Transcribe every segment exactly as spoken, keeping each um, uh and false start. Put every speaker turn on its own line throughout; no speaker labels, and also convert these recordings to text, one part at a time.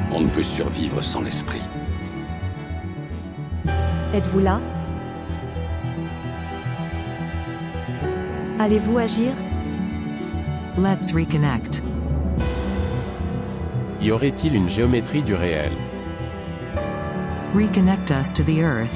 On ne peut survivre sans l'esprit.
Êtes-vous là? Allez-vous agir?
Let's reconnect.
Y aurait-il une géométrie du réel?
Reconnect us to the earth.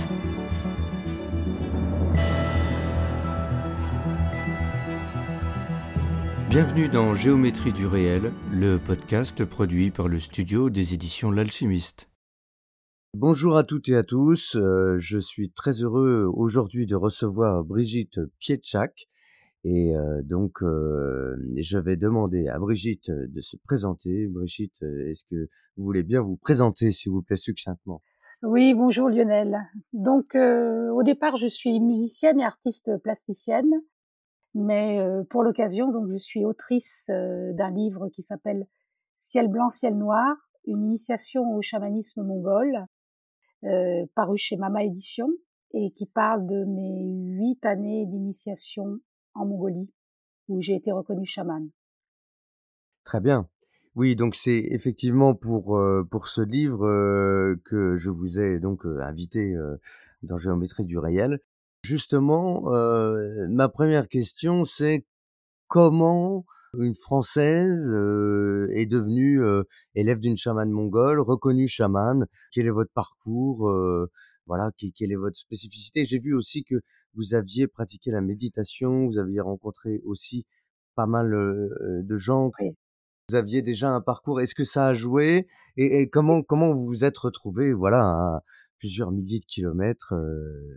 Bienvenue dans Géométrie du réel, le podcast produit par le studio des éditions L'Alchimiste. Bonjour à toutes et à tous, euh, je suis très heureux aujourd'hui de recevoir Brigitte Pietschak et euh, donc euh, je vais demander à Brigitte de se présenter. Brigitte, est-ce que vous voulez bien vous présenter s'il vous plaît succinctement?
Oui, bonjour Lionel. Donc euh, au départ je suis musicienne et artiste plasticienne. Mais euh, pour l'occasion, donc je suis autrice euh, d'un livre qui s'appelle Ciel blanc, ciel noir, une initiation au chamanisme mongol, euh, paru chez Mama Édition, et qui parle de mes huit années d'initiation en Mongolie, où j'ai été reconnue chamane.
Très bien. Oui, donc c'est effectivement pour euh, pour ce livre euh, que je vous ai donc euh, invité euh, dans Géométrie du réel. Justement, euh, ma première question, c'est comment une Française euh, est devenue euh, élève d'une chamane mongole, reconnue chamane? Quel est votre parcours? euh, Voilà, que- quelle est votre spécificité? J'ai vu aussi que vous aviez pratiqué la méditation, vous aviez rencontré aussi pas mal euh, de gens.
Oui.
Vous aviez déjà un parcours. Est-ce que ça a joué? Et, et comment comment vous vous êtes retrouvés, voilà, à plusieurs milliers de kilomètres euh,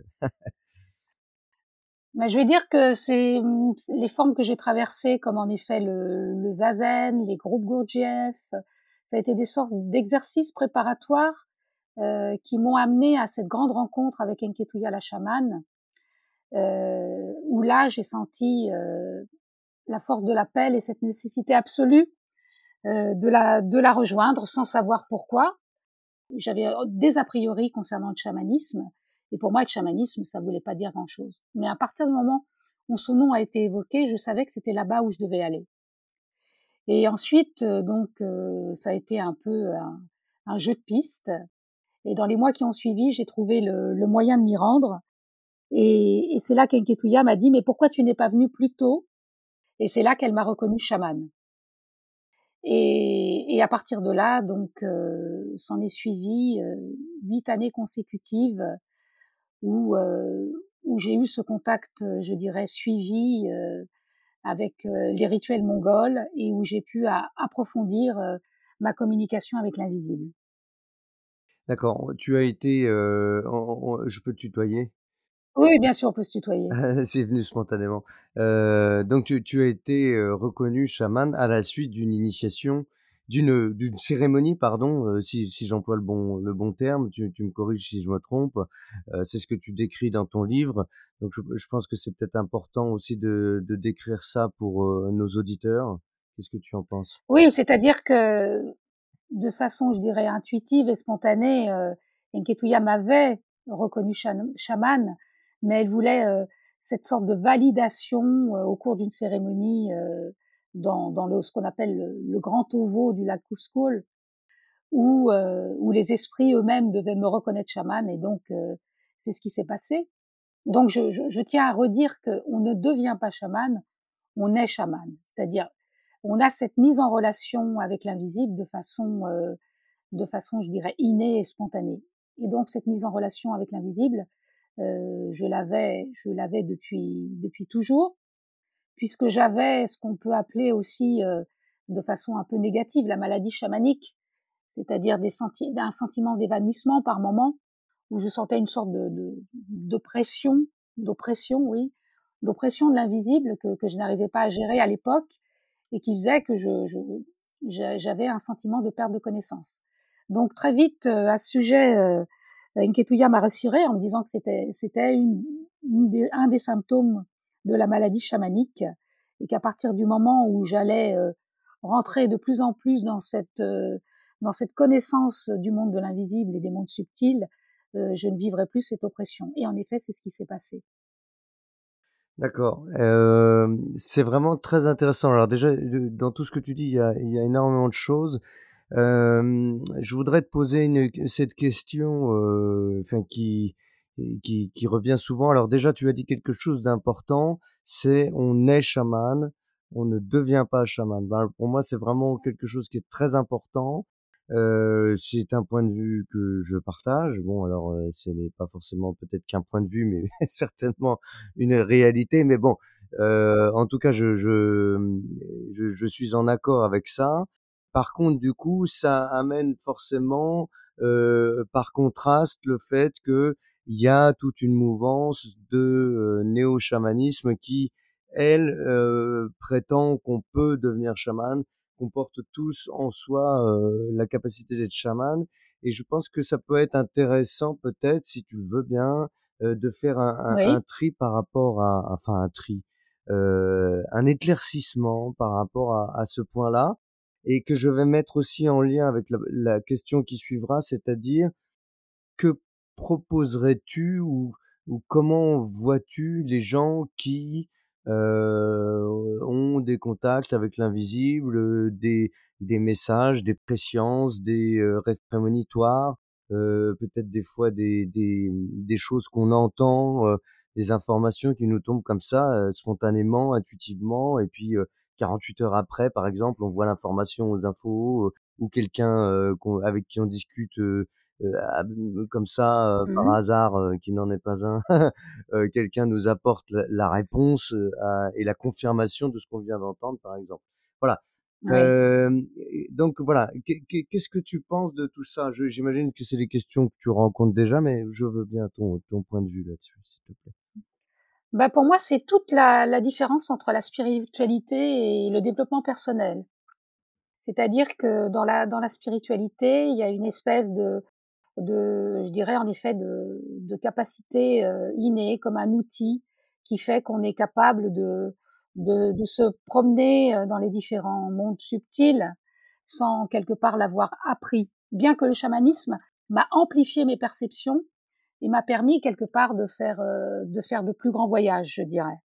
Mais je vais dire que c'est hum, les formes que j'ai traversées, comme en effet le, le zazen, les groupes Gurdjieff, ça a été des sortes d'exercices préparatoires euh, qui m'ont amené à cette grande rencontre avec Enketuya la chamane, euh, où là j'ai senti euh, la force de l'appel et cette nécessité absolue euh, de la de la rejoindre sans savoir pourquoi. J'avais des a priori concernant le chamanisme, et pour moi le chamanisme ça voulait pas dire grand chose. Mais à partir du moment où son nom a été évoqué, je savais que c'était là-bas où je devais aller. Et ensuite euh, donc euh, ça a été un peu un, un jeu de piste. Et dans les mois qui ont suivi, j'ai trouvé le, le moyen de m'y rendre. Et, et c'est là qu'Enketuya m'a dit, mais pourquoi tu n'es pas venue plus tôt? Et c'est là qu'elle m'a reconnue chamane. Et, et à partir de là, donc, euh, s'en est suivi euh, huit années consécutives où, euh, où j'ai eu ce contact, je dirais, suivi euh, avec euh, les rituels mongols et où j'ai pu à, approfondir euh, ma communication avec l'invisible.
D'accord. Tu as été, euh, en- en- je peux te tutoyer?
Oui, bien sûr, on peut se tutoyer.
C'est venu spontanément. Euh, donc tu, tu as été euh, reconnu chaman à la suite d'une initiation, d'une d'une cérémonie, pardon, euh, si, si j'emploie le bon le bon terme. Tu, tu me corriges si je me trompe. Euh, c'est ce que tu décris dans ton livre. Donc je, je pense que c'est peut-être important aussi de, de décrire ça pour euh, nos auditeurs. Qu'est-ce que tu en penses?
Oui, c'est-à-dire que de façon, je dirais, intuitive et spontanée, euh, Enketuya m'avait reconnu chaman, mais elle voulait euh, cette sorte de validation euh, au cours d'une cérémonie euh, dans, dans le, ce qu'on appelle le, le grand ovo du lac Kuzkul, où, euh, où les esprits eux-mêmes devaient me reconnaître chaman, et donc euh, c'est ce qui s'est passé. Donc je, je, je tiens à redire qu'on ne devient pas chaman, on est chaman, c'est-à-dire on a cette mise en relation avec l'invisible de façon, euh, de façon, je dirais, innée et spontanée. Et donc cette mise en relation avec l'invisible, euh, je l'avais, je l'avais depuis depuis toujours, puisque j'avais ce qu'on peut appeler aussi, euh, de façon un peu négative, la maladie chamanique, c'est-à-dire des senti- un sentiment d'évanouissement par moment, où je sentais une sorte de, de, de pression, d'oppression, oui, d'oppression de l'invisible que, que je n'arrivais pas à gérer à l'époque et qui faisait que je, je, j'avais un sentiment de perte de connaissance. Donc très vite, euh, à ce sujet, euh, Nketuya m'a rassurée en me disant que c'était, c'était une, une des, un des symptômes de la maladie chamanique et qu'à partir du moment où j'allais euh, rentrer de plus en plus dans cette, euh, dans cette connaissance du monde de l'invisible et des mondes subtils, euh, je ne vivrai plus cette oppression. Et en effet, c'est ce qui s'est passé.
D'accord. Euh, c'est vraiment très intéressant. Alors déjà, de- dans tout ce que tu dis, il y a, il y a énormément de choses. Hem, je voudrais te poser une cette question, heu, enfin qui qui qui revient souvent. Alors déjà, tu as dit quelque chose d'important, c'est on est chaman, on ne devient pas chaman. Ben, pour moi, c'est vraiment quelque chose qui est très important. Heu, c'est un point de vue que je partage. Bon alors, heu, ce n'est pas forcément peut-être qu'un point de vue, mais certainement une réalité. Mais bon, heu, en tout cas, je je, mmh, je je suis en accord avec ça. Par contre, du coup, ça amène forcément, heu, par contraste, le fait qu'il y a toute une mouvance de, heu, néo-chamanisme qui, elle, heu, prétend qu'on peut devenir chaman, qu'on porte tous en soi, heu, la capacité d'être chaman et je pense que ça peut être intéressant peut-être, si tu le veux bien, heu, de faire un un un
Oui,
tri par rapport à enfin un tri, heu, un éclaircissement par rapport à à ce point-là et que je vais mettre aussi en lien avec la la question qui suivra, c'est-à-dire que proposerais-tu ou ou comment vois-tu les gens qui, heu, ont des contacts avec l'invisible, heu, des des messages, des présciences, des, heu, rêves prémonitoires, heu, peut-être des fois des des, mmh, des choses qu'on entend, heu, des informations qui nous tombent comme ça, heu, spontanément, intuitivement et puis, heu, quarante-huit heures après, par exemple, on voit l'information aux infos, heu, ou quelqu'un, heu, qu'on avec qui on discute, heu heu, à b comme ça, heu, par
mmh,
hasard, heu, qui n'en est pas un, heu, quelqu'un nous apporte la la réponse, heu, à et la confirmation de ce qu'on vient d'entendre, par exemple. Voilà.
oui.
Hem, et donc voilà, qu'est qu'est qu'est-ce que tu penses de tout ça? Je j'imagine que c'est des questions que tu rencontres déjà, mais je veux bien ton ton point de vue là-dessus, s'il te plaît.
Bah, pour moi, c'est toute la la différence entre la spiritualité et le développement personnel. C'est-à-dire que dans la dans la spiritualité, il y a une espèce de de je dirais en effet de de capacité, heu, innée comme un outil qui fait qu'on est capable de de de se promener, heu, dans les différents mondes subtils sans quelque part l'avoir appris. Bien que le chamanisme m'a amplifié mes perceptions et m'a permis quelque part de faire, heu, de faire de plus grands voyages, je dirais.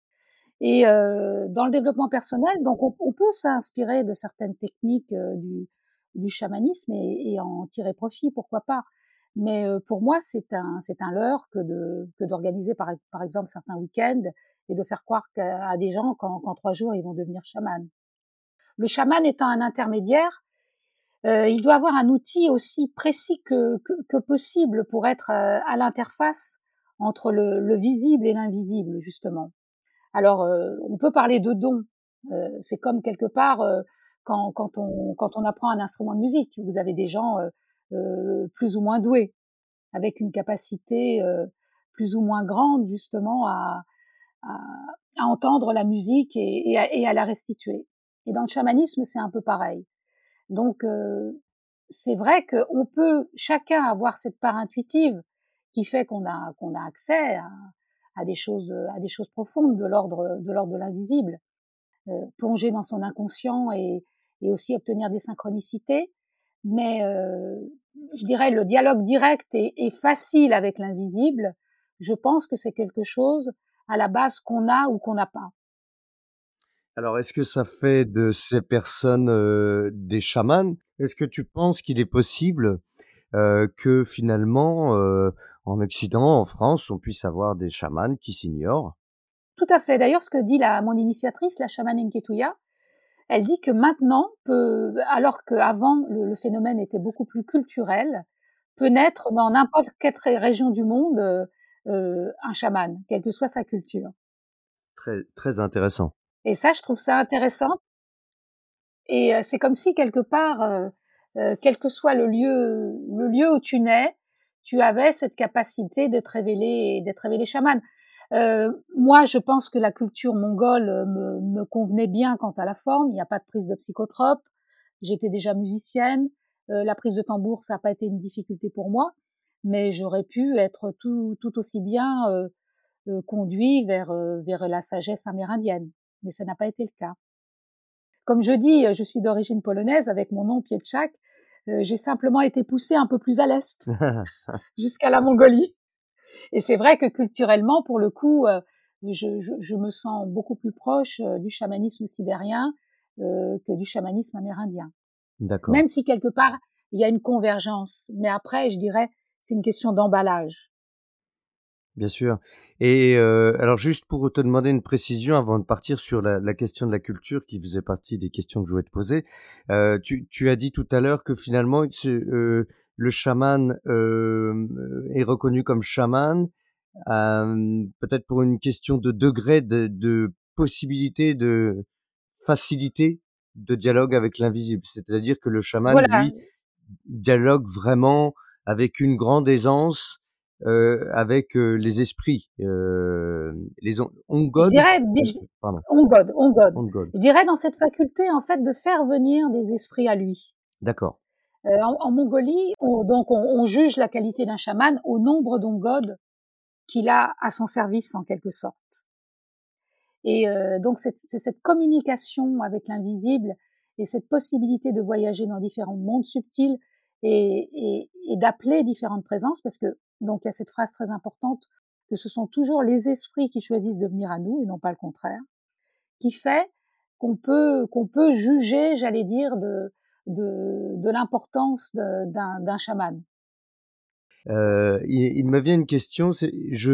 Et heu, dans le développement personnel, donc on on peut s'inspirer de certaines techniques, heu, du du chamanisme et et en tirer profit, pourquoi pas. Mais heu, pour moi, c'est un c'est un leurre que de que d'organiser par par exemple certains week-ends et de faire croire qu'à à des gens qu'en qu'en trois jours, ils vont devenir chaman. Le chaman étant un intermédiaire, heu, il doit avoir un outil aussi précis que que que possible pour être, heu, à l'interface entre le le visible et l'invisible, justement. Alors, heu, on peut parler de dons. Heu, c'est comme quelque part, heu, quand quand on quand on apprend un instrument de musique. Vous avez des gens, heu heu, plus ou moins doués, avec une capacité, heu, plus ou moins grande justement à à à entendre la musique et et à et à la restituer. Et dans le chamanisme, c'est un peu pareil. Donc, heu, c'est vrai qu'on peut chacun avoir cette part intuitive qui fait qu'on a qu'on a accès à à des choses, à des choses profondes de l'ordre de l'ordre de l'invisible, heu, plonger dans son inconscient et et aussi obtenir des synchronicités. Mais, heu, je dirais le dialogue direct et et facile avec l'invisible, je pense que c'est quelque chose à la base qu'on a ou qu'on n'a pas.
Alors, est-ce que ça fait de ces personnes, heu, des chamans? Est-ce que tu penses qu'il est possible, heu, que finalement, heu, en Occident, en France, on puisse avoir des chamans qui s'ignorent?
Tout à fait. D'ailleurs, ce que dit la mon initiatrice, la chamane Nketuya, elle dit que maintenant peut alors qu'avant le le phénomène était beaucoup plus culturel, peut naître dans n'importe quelle ré région du monde, heu heu, un chaman, quelle que soit sa culture.
Très très intéressant.
Et ça, je trouve ça intéressant et heu, c'est comme si quelque part, heu heu, quel que soit le lieu le lieu où tu nais, tu avais cette capacité d'être révélé d'être révélé chaman. Heu, moi, je pense que la culture mongole, heu, me me convenait bien quant à la forme. Il y a pas de prise de psychotropes. J'étais déjà musicienne. Heu, la prise de tambour, ça a pas été une difficulté pour moi, mais j'aurais pu être tout tout aussi bien, heu heu, conduit vers, heu, vers la sagesse amérindienne, mais ça n'a pas été le cas. Comme je dis, je suis d'origine polonaise avec mon nom Pietchak, heu, j'ai simplement été poussée un peu plus à l'est, jusqu'à la Mongolie. Et c'est vrai que culturellement, pour le coup, heu, je je je me sens beaucoup plus proche, heu, du chamanisme sibérien, heu, que du chamanisme amérindien.
D'accord.
Même si quelque part, il y a une convergence. Mais après, je dirais, c'est une question d'emballage.
Bien sûr. Et heu, alors juste pour te demander une précision avant de partir sur la la question de la culture qui faisait partie des questions que je voulais te poser. Heu, tu tu as dit tout à l'heure que finalement ce heu, le chaman, hem, est reconnu comme chaman, hem, peut-être pour une question de degré de de possibilité de facilité de dialogue avec l'invisible. C'est-à-dire que le chaman,
Voilà,
lui, dialogue vraiment avec une grande aisance, heu, avec, heu, les esprits, heu, les on on
je
God,
dirais,
on
dis-
pardon,
on God, on God.
on God.
Je dirais dans cette faculté, en fait, de faire venir des esprits à lui.
D'accord,
Euh, en, en Mongolie, on, donc on, on juge la qualité d'un chaman au nombre d'ongod qu'il a à son service en quelque sorte. Et euh, donc c'est, c'est cette communication avec l'invisible et cette possibilité de voyager dans différents mondes subtils et, et, et d'appeler différentes présences, parce que donc il y a cette phrase très importante que ce sont toujours les esprits qui choisissent de venir à nous et non pas le contraire, qui fait qu'on peut qu'on peut juger, j'allais dire, de de, de l'importance de, d'un, d'un chaman.
heu, il il me vient une question, c'est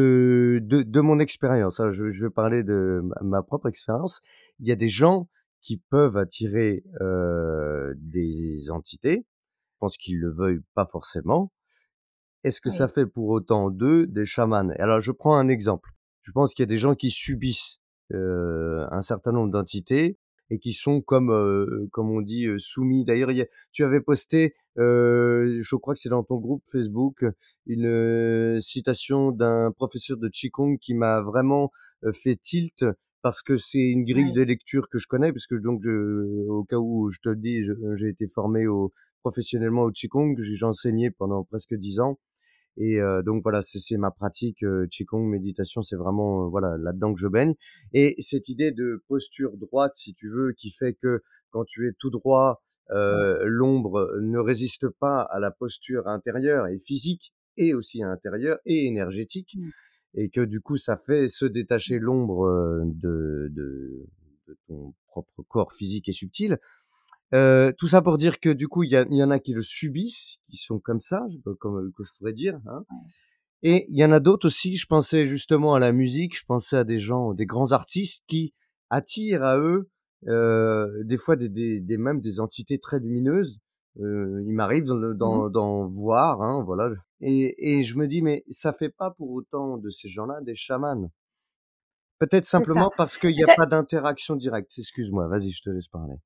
je de de mon expérience, hein, je je vais parler de ma ma propre expérience. Il y a des gens qui peuvent attirer, heu, des entités, je pense qu'ils le veuillent pas forcément. Est-ce que ça
Oui,
fait pour autant d'eux des chamans? Et alors je prends un exemple. Je pense qu'il y a des gens qui subissent, heu, un certain nombre d'entités et qui sont comme, heu, comme on dit, heu, soumis. D'ailleurs, il y a tu avais posté, heu, je crois que c'est dans ton groupe Facebook, une, heu, citation d'un professeur de Qigong qui m'a vraiment, heu, fait tilt parce que c'est une grille de
oui,
lecture que je connais puisque donc je au cas où je te le dis, je j'ai été formé au professionnellement au Qigong. J'ai j'ai enseigné pendant presque dix ans et heu, donc voilà, c'est c'est ma pratique, heu, qigong, méditation, c'est vraiment, heu, voilà, là-dedans que je baigne et cette idée de posture droite, si tu veux, qui fait que quand tu es tout droit,
oui.
heu, l'ombre ne résiste pas à la posture intérieure et physique et aussi intérieure et énergétique
Mm.
et que du coup, ça fait se détacher l'ombre, heu, de de de ton propre corps physique et subtil. Heu, tout ça pour dire que du coup, il y a il y en a qui le subissent, qui sont comme ça, je comme, que je pourrais dire, hein, et il y en a d'autres aussi, je pensais justement à la musique, je pensais à des gens, des grands artistes qui attirent à eux, heu, des fois des des des même des entités très lumineuses. Heu, il m'arrive d'en
Mhm.
d'en d'en voir, hein, voilà, et et je me dis: «Mais ça fait pas pour autant de ces gens-là des chamans». Peut-être
C'est ça.
simplement parce qu'il y a
C'était,
pas d'interaction directe. Excuse-moi, vas-y, je te laisse parler.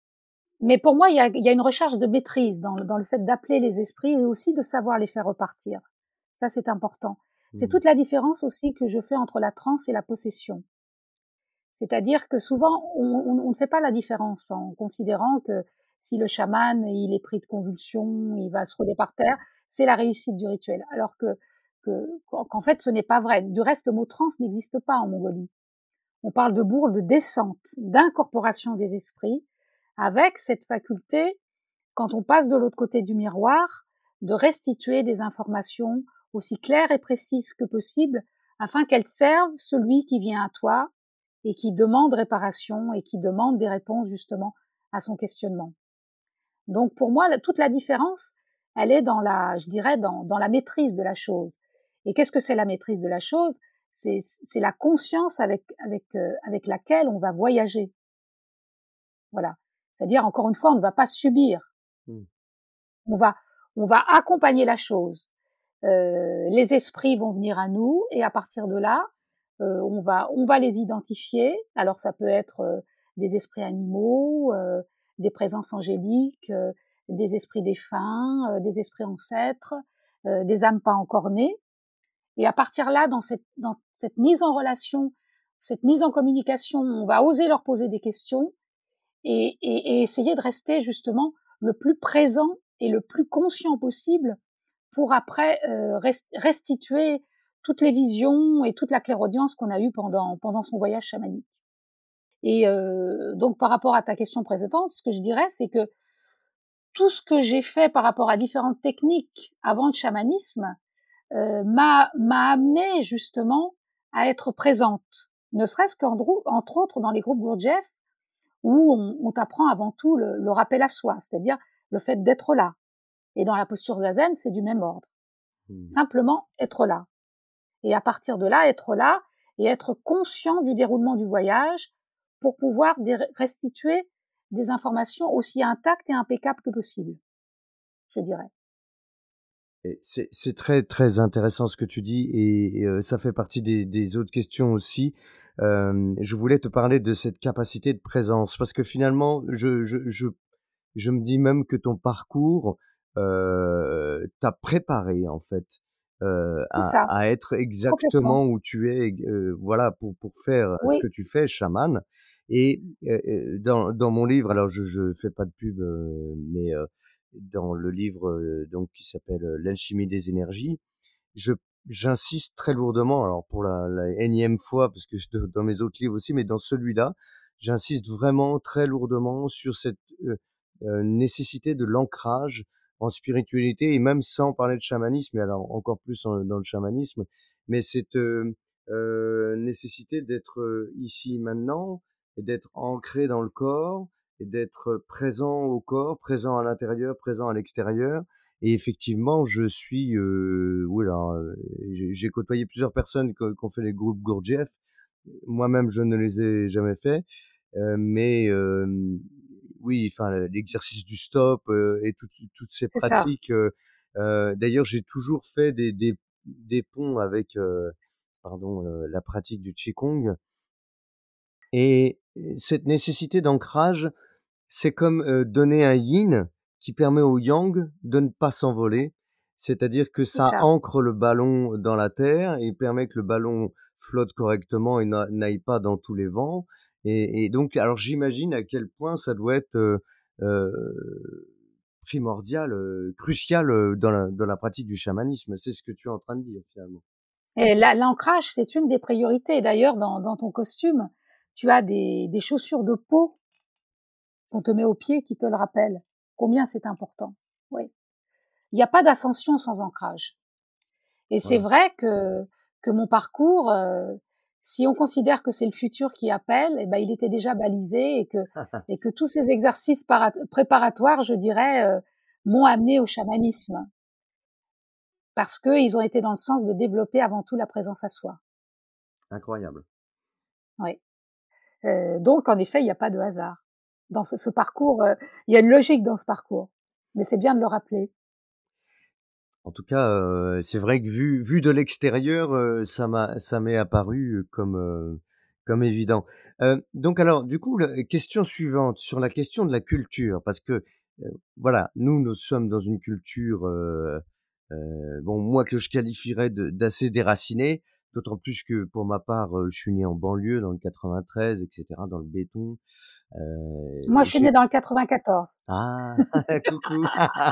mais pour moi, il y a, il y a une recherche de maîtrise dans, le- dans le fait d'appeler les esprits et aussi de savoir les faire repartir. Ça, c'est important. C'est
Mmh.
toute la différence aussi que je fais entre la transe et la possession. C'est-à-dire que souvent, on, on- on ne fait pas la différence en considérant que si le chaman, il est pris de convulsions, il va se rouler par terre, c'est la réussite du rituel. Alors que, que, qu'en qu'en fait, ce n'est pas vrai. Du reste, le mot transe n'existe pas en Mongolie. On parle de bourre, de descente, d'incorporation des esprits, avec cette faculté, quand on passe de l'autre côté du miroir, de restituer des informations aussi claires et précises que possible, afin qu'elles servent celui qui vient à toi et qui demande réparation et qui demande des réponses justement à son questionnement. Donc pour moi, toute la différence, elle est dans la, je dirais, dans, dans la maîtrise de la chose. Et qu'est-ce que c'est la maîtrise de la chose? C'est, c'est la conscience avec, avec, euh, avec laquelle on va voyager. Voilà. C'est-à-dire, encore une fois, on ne va pas subir.
Mmh.
On va, on va accompagner la chose. Euh, les esprits vont venir à nous et à partir de là, euh, on va, on va les identifier. Alors ça peut être euh, des esprits animaux, euh, des présences angéliques, euh, des esprits défunts, euh, des esprits ancêtres, euh, des âmes pas encore nées. Et à partir là, dans cette, dans cette mise en relation, cette mise en communication, on va oser leur poser des questions et, et, et essayer de rester justement le plus présent et le plus conscient possible pour après euh, restituer toutes les visions et toute la clairaudience qu'on a eue pendant, pendant son voyage chamanique. Et euh, donc par rapport à ta question précédente, ce que je dirais, c'est que tout ce que j'ai fait par rapport à différentes techniques avant le chamanisme euh, m'a m'a amené justement à être présente, ne serait-ce qu'entre autres dans les groupes Gurdjieff où on, on t'apprend avant tout le, le rappel à soi, c'est-à-dire le fait d'être là. Et dans la posture zazen, c'est du même ordre. Mmh. Simplement être là. Et à partir de là, être là et être conscient du déroulement du voyage pour pouvoir restituer des informations aussi intactes et impeccables que possible, je dirais.
Et c'est, c'est très très intéressant ce que tu dis et, et euh, ça fait partie des, des autres questions aussi. Euh, je voulais te parler de cette capacité de présence parce que finalement, je je je, je me dis même que ton parcours euh, t'a préparé en fait euh, à, à être exactement où tu es, euh, voilà pour pour faire
oui.
ce que tu fais, chaman. Et euh, dans dans mon livre, alors je je fais pas de pub, euh, mais euh, dans le livre euh, donc qui s'appelle euh, L'alchimie des énergies, je j'insiste très lourdement, alors pour la, la énième fois, parce que je, dans mes autres livres aussi, mais dans celui-là, j'insiste vraiment très lourdement sur cette euh, euh, nécessité de l'ancrage en spiritualité, et même sans parler de chamanisme, et alors encore plus en, dans le chamanisme, mais cette euh, euh, nécessité d'être euh, ici maintenant, et d'être ancré dans le corps, et d'être présent au corps, présent à l'intérieur, présent à l'extérieur. Et effectivement, je suis, euh, oui, là, j'ai, j'ai côtoyé plusieurs personnes qui, qui ont fait les groupes Gurdjieff. Moi-même, je ne les ai jamais faits, euh, mais euh, oui, enfin, l'exercice du stop euh, et tout, toutes ces
C'est
pratiques. Euh, euh, d'ailleurs, j'ai toujours fait des des, des ponts avec, euh, pardon, euh, la pratique du qigong. Et cette nécessité d'ancrage, c'est comme euh, donner un yin qui permet au yang de ne pas s'envoler, c'est-à-dire que ça, ça ancre le ballon dans la terre et permet que le ballon flotte correctement et n'aille pas dans tous les vents. Et, et donc, alors j'imagine à quel point ça doit être euh, euh, primordial, euh, crucial euh, dans, la, dans la pratique du chamanisme. C'est ce que tu es en train de dire finalement.
Et la, l'ancrage, c'est une des priorités. D'ailleurs, dans, dans ton costume, tu as des, des chaussures de peau qu'on te met aux pieds qui te le rappellent. Combien c'est important. Oui. Il n'y a pas d'ascension sans ancrage. Et c'est ouais. vrai que, que mon parcours, euh, si on considère que c'est le futur qui appelle, eh ben, il était déjà balisé et que, et que tous ces exercices para- préparatoires, je dirais, euh, m'ont amené au chamanisme. Parce qu'ils ont été dans le sens de développer avant tout la présence à soi.
Incroyable.
Oui. Euh, donc, en effet, il n'y a pas de hasard. Dans ce, ce parcours, euh, il y a une logique dans ce parcours. Mais c'est bien de le rappeler.
En tout cas, euh, c'est vrai que vu, vu de l'extérieur, euh, ça m'a, ça m'est apparu comme, euh, comme évident. Euh, donc alors, du coup, la question suivante sur la question de la culture, parce que euh, voilà, nous, nous sommes dans une culture, euh, euh, bon, moi que je qualifierais de, d'assez déracinée, d'autant plus que pour ma part, euh, je suis né en banlieue dans le quatre-vingt-treize, et cetera, dans le béton.
Euh, moi, je suis né dans le quatre-vingt-quatorze.
Ah, coucou.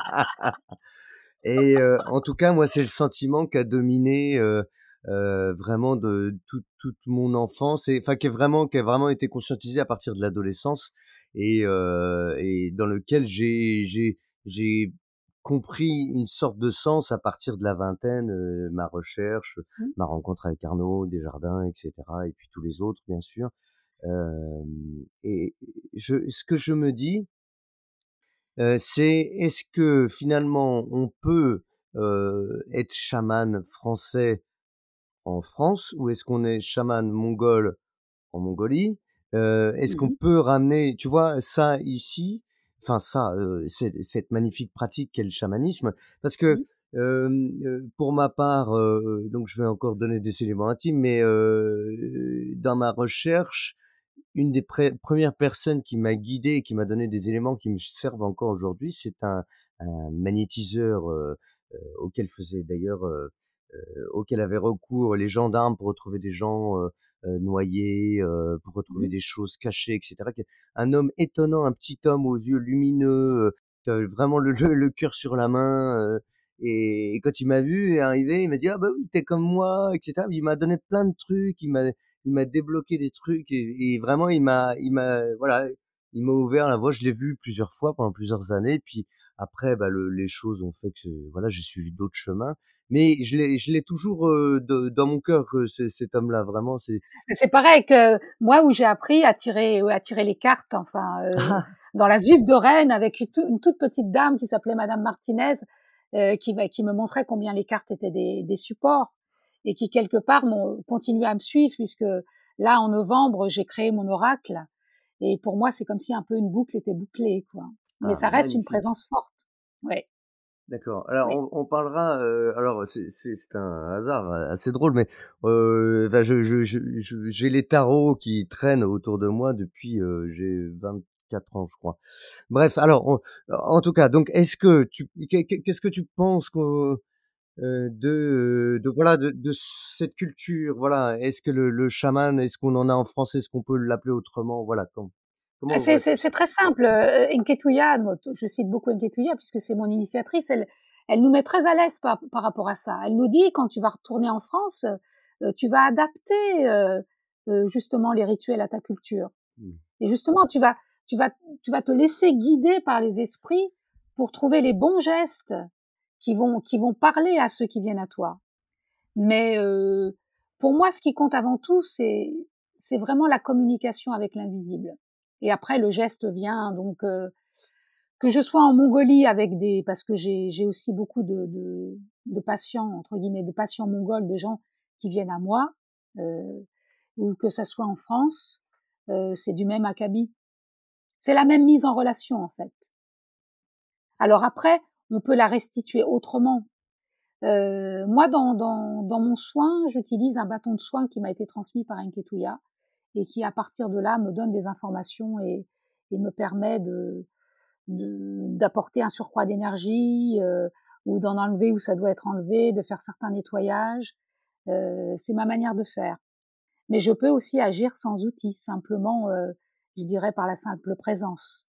Et euh, en tout cas, moi, c'est le sentiment qu'a dominé euh, euh, vraiment de toute toute mon enfance, et enfin qui est vraiment qui a vraiment été conscientisé à partir de l'adolescence, et euh, et dans lequel j'ai j'ai j'ai compris une sorte de sens à partir de la vingtaine, euh, ma recherche, mmh. ma rencontre avec Arnaud Desjardins, et cetera, et puis tous les autres, bien sûr. Euh, et je, ce que je me dis, Euh, c'est est-ce que finalement on peut euh, être chaman français en France, ou est-ce qu'on est chaman mongol en Mongolie? euh, Est-ce mmh. qu'on peut ramener, tu vois, ça ici, enfin ça, euh, c'est, cette magnifique pratique qu'est le chamanisme, parce que mmh. euh, euh, pour ma part, euh, donc je vais encore donner des éléments intimes, mais euh, dans ma recherche, une des pré- premières personnes qui m'a guidé et qui m'a donné des éléments qui me servent encore aujourd'hui, c'est un, un magnétiseur euh, euh, auquel faisait d'ailleurs, euh, euh, auquel avaient recours les gendarmes pour retrouver des gens euh, euh, noyés, euh, pour retrouver mmh. des choses cachées, et cetera. Un homme étonnant, un petit homme aux yeux lumineux, euh, vraiment le, le, le cœur sur la main. Euh, et, et quand il m'a vu arriver, il m'a dit ah bah oui, t'es comme moi, et cetera. Il m'a donné plein de trucs, il m'a il m'a débloqué des trucs, et, et vraiment il m'a il m'a voilà il m'a ouvert la voie. Je l'ai vu plusieurs fois pendant plusieurs années, puis après bah le, les choses ont fait que voilà j'ai suivi d'autres chemins, mais je l'ai je l'ai toujours euh, de, dans mon cœur, euh, c'est, cet homme-là vraiment. C'est
c'est pareil que moi, où j'ai appris à tirer à tirer les cartes, enfin euh, ah. dans la jupe de reine avec une, une toute petite dame qui s'appelait Madame Martinez, euh, qui, qui me montrait combien les cartes étaient des, des supports et qui quelque part m'ont continué à me suivre puisque là en novembre j'ai créé mon oracle et pour moi c'est comme si un peu une boucle était bouclée quoi. Mais
Ah,
ça reste une
magnifique.
présence forte. Ouais.
D'accord. Alors
Oui.
on, on parlera. Euh, alors c'est c'est c'est un hasard assez drôle, mais euh, enfin, je je je je- j'ai les tarots qui traînent autour de moi depuis euh, j'ai vingt-quatre ans, je crois. Bref, alors on- en tout cas, donc est-ce que tu qu'est- qu'est- qu'est-ce que tu penses qu'on euh, de de voilà de de cette culture, voilà. Est-ce que le le chaman, est-ce qu'on en a en français, est-ce qu'on peut l'appeler autrement, voilà. Comment
Ah,
comment
C'est
vois-tu
c'est-
ça?
c'est très simple. Euh, Enketuya, moi, t- je cite beaucoup Enketuya puisque c'est mon initiatrice. Elle, elle nous met très à l'aise par, par rapport à ça. Elle nous dit quand tu vas retourner en France, euh, tu vas adapter euh, euh, justement les rituels à ta culture.
Hmm.
Et justement, tu vas, tu vas, tu vas te laisser guider par les esprits pour trouver les bons gestes qui vont, qui vont parler à ceux qui viennent à toi. Mais euh, pour moi, ce qui compte avant tout, c'est, c'est vraiment la communication avec l'invisible. Et après, le geste vient. Donc, euh, que je sois en Mongolie avec des, parce que j'ai, j'ai aussi beaucoup de, de, de patients entre guillemets, de patients mongols, de gens qui viennent à moi, euh, ou que ça soit en France, euh, c'est du même acabit. C'est la même mise en relation en fait. Alors après, on peut la restituer autrement. Euh, moi, dans, dans, dans mon soin, j'utilise un bâton de soin qui m'a été transmis par Enketuya et qui, à partir de là, me donne des informations et, et me permet de, de, d'apporter un surcroît d'énergie euh, ou d'en enlever où ça doit être enlevé, de faire certains nettoyages. Euh, c'est ma manière de faire. Mais je peux aussi agir sans outils, simplement, euh, je dirais, par la simple présence.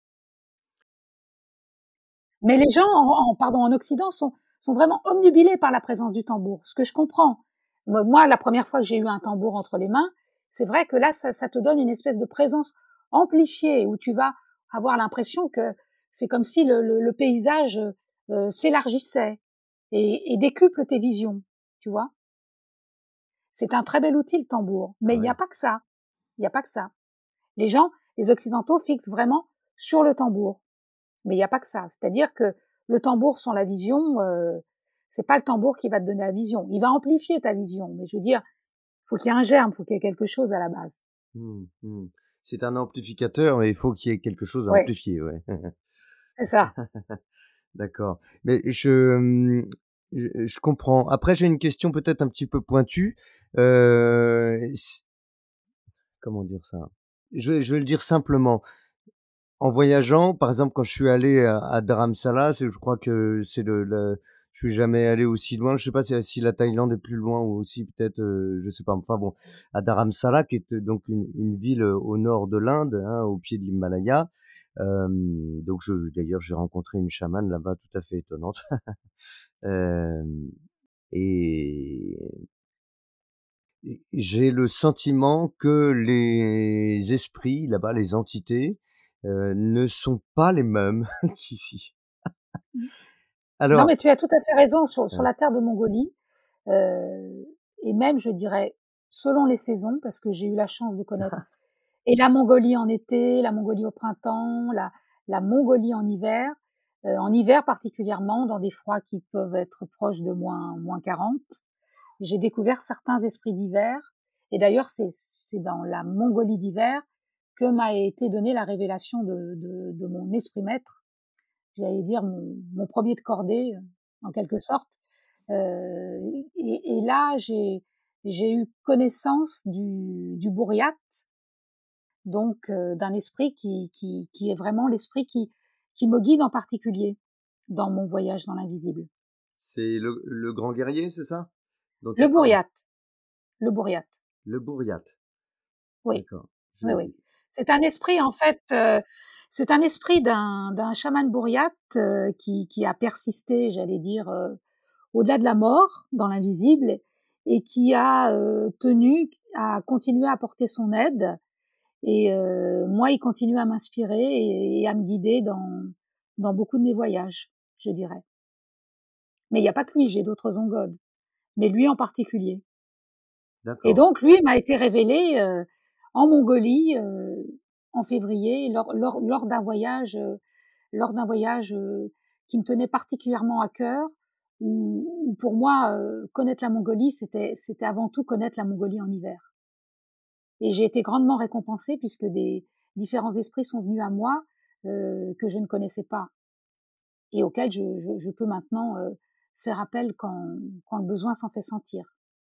Mais les gens, en, en, pardon, en Occident, sont, sont vraiment omnubilés par la présence du tambour, ce que je comprends. Moi, la première fois que j'ai eu un tambour entre les mains, c'est vrai que là, ça, ça te donne une espèce de présence amplifiée où tu vas avoir l'impression que c'est comme si le, le, le paysage euh, s'élargissait et, et décuple tes visions, tu vois. C'est un très bel outil, le tambour. Mais il n'y a
Ouais.
pas que ça. Il n'y a pas que ça. Les gens, les Occidentaux, fixent vraiment sur le tambour. Mais il n'y a pas que ça. C'est-à-dire que le tambour sans la vision, euh, c'est pas le tambour qui va te donner la vision. Il va amplifier ta vision. Mais je veux dire, faut qu'il y ait un germe, faut qu'il y ait quelque chose à la base.
Hmm, hmm. C'est un amplificateur, mais il faut qu'il y ait quelque chose à
Ouais,
amplifier, ouais.
c'est ça.
D'accord. Mais je, hum, je, je comprends. Après, j'ai une question peut-être un petit peu pointue. Euh, s- comment dire ça? Je vais, je vais le dire simplement. En voyageant, par exemple, quand je suis allé à, à Dharamsala, c'est, je crois que c'est le, le- je suis jamais allé aussi loin. Je sais pas si, si la Thaïlande est plus loin ou aussi peut-être, euh, je sais pas. Enfin bon, à Dharamsala, qui est euh, donc une, une ville euh, au nord de l'Inde, hein, au pied de l'Himalaya. Euh, donc je, d'ailleurs, j'ai rencontré une chamane là-bas, tout à fait étonnante. Euh, et j'ai le sentiment que les esprits là-bas, les entités, euh, ne sont pas les mêmes qu'ici.
Non,
Alors,
mais tu as tout à fait raison. Sur, sur
euh,
la terre de Mongolie, euh, et même, je dirais, selon les saisons, parce que j'ai eu la chance de connaître et la Mongolie en été, la Mongolie au printemps, la, la Mongolie en hiver, euh, en hiver particulièrement, dans des froids qui peuvent être proches de moins, moins quarante. J'ai découvert certains esprits d'hiver. Et d'ailleurs, c'est, c'est dans la Mongolie d'hiver que m'a été donnée la révélation de, de, de mon esprit maître, j'allais dire mon, mon premier de cordée, en quelque sorte. Euh, et, et là, j'ai, j'ai eu connaissance du, du Bouriat, donc euh, d'un esprit qui, qui, qui est vraiment l'esprit qui, qui me guide en particulier dans mon voyage dans l'invisible.
c'est le, le grand guerrier, c'est ça dont
Le
tu parles?
Bouriat, le Bouriat,
Le Bouriat.
oui,
D'accord. Je...
oui, oui. C'est un esprit, en fait, euh, c'est un esprit d'un, d'un chaman Bouriat euh, qui, qui a persisté, j'allais dire, euh, au-delà de la mort, dans l'invisible, et qui a euh, tenu à continuer à apporter son aide. Et euh, moi, il continue à m'inspirer et, et à me guider dans, dans beaucoup de mes voyages, je dirais. Mais il n'y a pas que lui, j'ai d'autres ongodes, mais lui en particulier. Et
D'accord.
donc, lui m'a été révélé euh, en Mongolie, euh, en février, lors, lors, lors d'un voyage, euh, lors d'un voyage euh, qui me tenait particulièrement à cœur, où, où pour moi, euh, connaître la Mongolie, c'était, c'était avant tout connaître la Mongolie en hiver. Et j'ai été grandement récompensée puisque des différents esprits sont venus à moi euh, que je ne connaissais pas et auxquels je, je, je peux maintenant euh, faire appel quand, quand le besoin s'en fait sentir.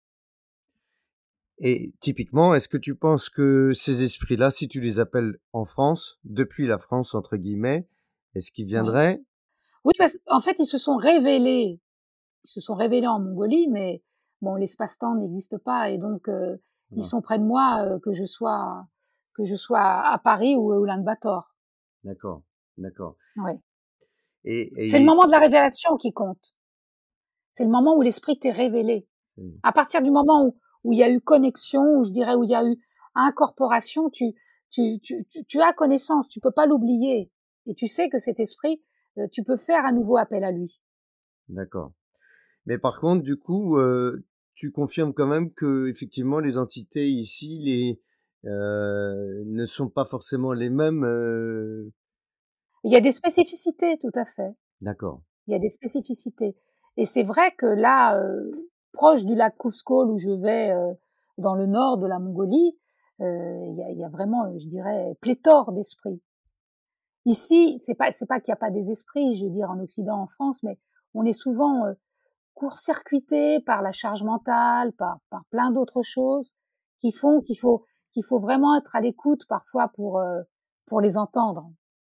Et typiquement, est-ce que tu penses que ces esprits-là, si tu les appelles en France, depuis la France, entre guillemets, est-ce qu'ils
Oui,
viendraient?
oui, parce qu'en fait, ils se sont révélés, ils se sont révélés en Mongolie, mais bon, l'espace-temps n'existe pas et donc euh, ils
Non.
sont près de moi, euh, que je sois que je sois à Paris ou à Ulaanbaatar.
D'accord, d'accord.
Ouais.
Et,
C'est le
et
moment de la révélation qui compte. C'est le moment où l'esprit t'est révélé.
Hmm.
À partir du moment où où il y a eu connexion, où je dirais où il y a eu incorporation, tu tu tu tu, tu as connaissance, tu peux pas l'oublier et tu sais que cet esprit, euh, tu peux faire à nouveau appel à lui.
D'accord. Mais par contre, du coup, euh, tu confirmes quand même que effectivement les entités ici, les euh, ne sont pas forcément les mêmes. euh,
Il y a des spécificités, tout à fait.
D'accord.
Il y a des spécificités. Et c'est vrai que là, euh, proche du lac Kufskol où je vais euh, dans le nord de la Mongolie, euh, il y, a, il y a vraiment, euh, je dirais, pléthore d'esprits. Ici, c'est pas c'est pas qu'il n'y a pas des esprits, je veux dire en Occident, en France, mais on est souvent euh, court-circuité par la charge mentale, par par plein d'autres choses qui font qu'il faut qu'il faut vraiment être à l'écoute parfois pour euh, pour les entendre.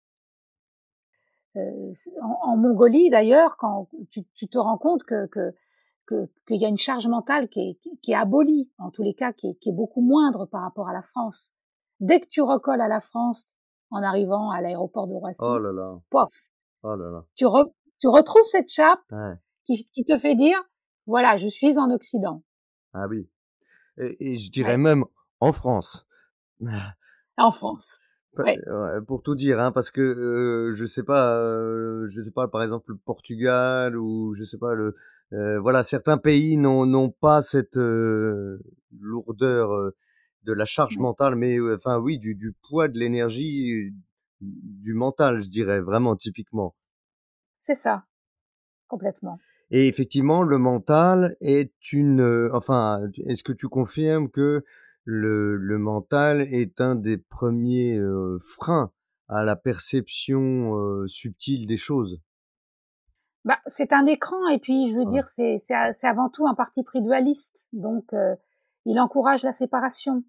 Euh, en, en Mongolie d'ailleurs, quand tu, tu te rends compte que que que qu'il y a une charge mentale qui est, qui est abolie, en tous les cas, qui est, qui est beaucoup moindre par rapport à la France. Dès que tu recolles à la France en arrivant à l'aéroport de
Oh
Roissy,
là là.
pof,
Oh là là.
tu, re, tu retrouves cette chape
Ouais.
qui, qui te fait dire, voilà, je suis en Occident,
Ah oui. Et, et je dirais
ouais,
même en France.
en France.
Pa-
Ouais.
ouais, pour tout dire, hein, parce que euh, je sais pas, euh, je sais pas, par exemple le Portugal ou je sais pas le, euh, voilà, certains pays n'ont n'ont pas cette euh, lourdeur euh, de la charge
Ouais.
mentale, mais euh, enfin oui, du, du poids de l'énergie, euh, du mental, je dirais vraiment typiquement.
C'est ça, complètement.
Et effectivement, le mental est une, euh, enfin, est-ce que tu confirmes que le, le mental est un des premiers euh, freins à la perception euh, subtile des choses?
Bah, c'est un écran et puis je veux
Voilà.
dire c'est c'est c'est avant tout un parti pris dualiste, donc euh, il encourage la séparation.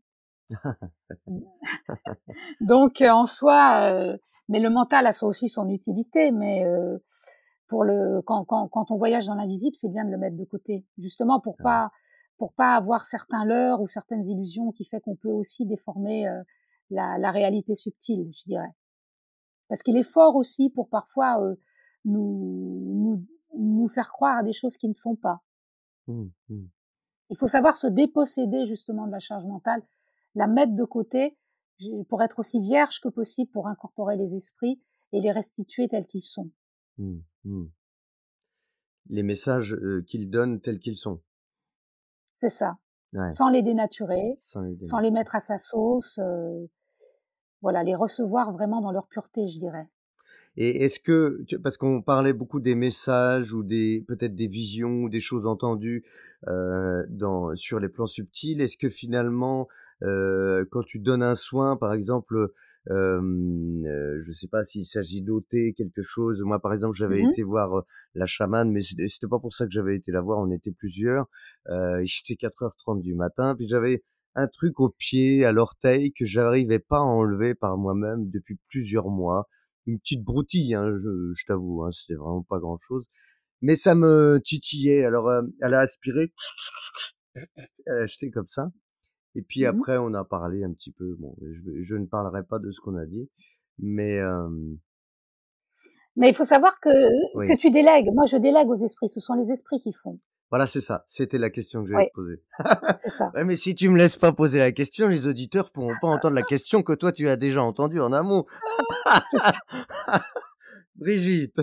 Donc euh, en soi, euh, mais le mental a aussi son utilité, mais euh, pour le quand, quand quand on voyage dans l'invisible, c'est bien de le mettre de côté, justement pour
Ouais.
pas pour pas avoir certains leurres ou certaines illusions qui fait qu'on peut aussi déformer euh, la, la réalité subtile, je dirais. Parce qu'il est fort aussi pour parfois euh, nous, nous nous faire croire à des choses qui ne sont pas.
Mmh, mmh.
Il faut savoir se déposséder justement de la charge mentale, la mettre de côté pour être aussi vierge que possible pour incorporer les esprits et les restituer tels qu'ils sont.
Mmh, mmh. Les messages euh, qu'ils donnent tels qu'ils sont.
C'est ça.
Ouais.
Sans les dénaturer,
Sans les
sans
donner.
les mettre à sa sauce, euh, voilà, les recevoir vraiment dans leur pureté, je dirais.
Et est-ce que, tu- parce qu'on parlait beaucoup des messages ou des peut-être des visions ou des choses entendues euh, dans sur les plans subtils, est-ce que finalement, euh, quand tu donnes un soin, par exemple, euh, euh, je sais pas s'il s'agit d'ôter quelque chose. Moi, par exemple, j'avais
Mhm.
été voir euh, la chamane, mais c'était c'était pas pour ça que j'avais été la voir. On était plusieurs. Euh, il était quatre heures trente du matin, puis j'avais un truc au pied, à l'orteil que j'arrivais pas à enlever par moi-même depuis plusieurs mois, une petite broutille, hein, je, je t'avoue, hein, c'était vraiment pas grand-chose, mais ça me titillait. Alors, euh, elle a aspiré, elle a jeté comme ça, et puis
Mhm.
après, on a parlé un petit peu. Bon, je, je ne parlerai pas de ce qu'on a dit, mais euh,
Mais il faut savoir que, que
oui,
tu délègues. Moi, je délègue aux esprits. Ce sont les esprits qui font.
voilà, c'est ça. C'était la question que j'allais
Oui,
te poser.
c'est ça.
Ouais, mais si tu me laisses pas poser la question, les auditeurs pourront pas entendre la question que toi tu as déjà entendue en amont.
C'est ça.
Brigitte.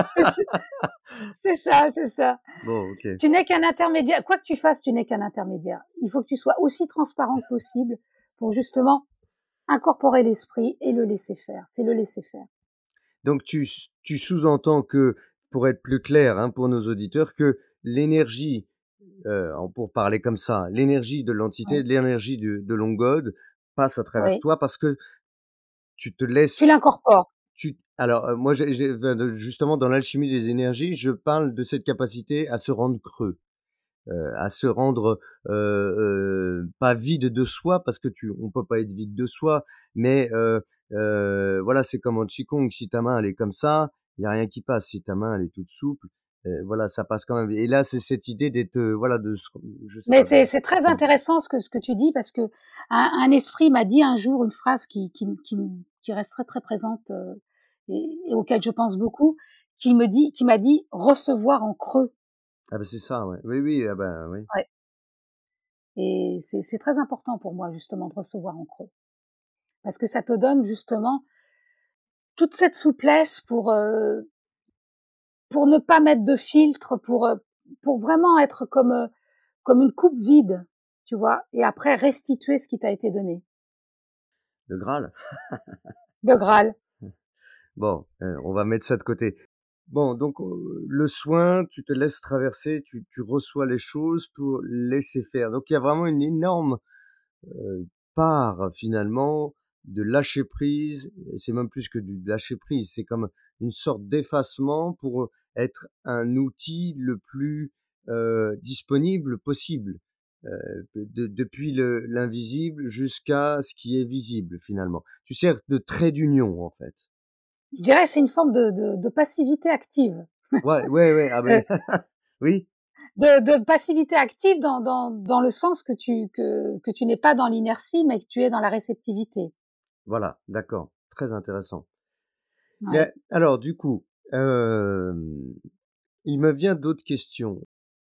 C'est ça, c'est ça.
Bon, ok.
Tu n'es qu'un intermédiaire. Quoi que tu fasses, tu n'es qu'un intermédiaire. Il faut que tu sois aussi transparent que possible pour justement incorporer l'esprit et le laisser faire. C'est le laisser faire.
Donc tu, tu sous-entends que, pour être plus clair hein, pour nos auditeurs, que l'énergie, euh, pour parler comme ça, l'énergie de l'entité,
Oui.
l'énergie de, de l'ongode passe à travers
Oui.
toi parce que tu te
Tu
laisses...
l'incorpores.
Tu, alors, euh, moi, j'ai, j'ai- enfin, de- justement, dans l'alchimie des énergies, je parle de cette capacité à se rendre creux, euh, à se rendre euh, euh, pas vide de soi, parce que tu, on peut pas être vide de soi, mais euh, euh, voilà, c'est comme en qigong, si ta main elle est comme ça, il y a rien qui passe. Si ta main elle est toute souple, euh, voilà, ça passe quand même. Et là, c'est cette idée d'être, euh, voilà, de, se- je sais
Mais
pas,
c'est
de,
c'est très intéressant ce que ce que tu dis parce que un, un esprit m'a dit un jour une phrase qui qui m- qui, m- qui reste très très présente euh, et, et auquel je pense beaucoup, qui me dit qui m'a dit recevoir en creux.
ah ben c'est ça, ouais, oui, oui, ah ben oui.
Ouais. Et c'est c'est très important pour moi justement de recevoir en creux parce que ça te donne justement toute cette souplesse pour euh, pour ne pas mettre de filtre, pour euh, pour vraiment être comme euh, comme une coupe vide, tu vois, et après restituer ce qui t'a été donné.
Le Graal.
Le Graal.
Bon, euh, on va mettre ça de côté. Bon, donc euh, le soin, tu te laisses traverser, tu, tu reçois les choses pour laisser faire. Donc il y a vraiment une énorme euh, part finalement de lâcher prise. Et c'est même plus que du lâcher prise, c'est comme une sorte d'effacement pour être un outil le plus euh, disponible possible. Euh, de- depuis le- l'invisible jusqu'à ce qui est visible finalement. Tu sers de trait d'union en fait.
Je dirais c'est une forme de, de, de passivité active.
Ouais, ouais, ouais. Ah
Euh,
ben, oui.
de, de passivité active dans, dans, dans le sens que tu, que, que tu n'es pas dans l'inertie, mais que tu es dans la réceptivité.
Voilà, d'accord. Très intéressant.
Ouais.
Mais alors, du coup, euh, il me vient d'autres questions.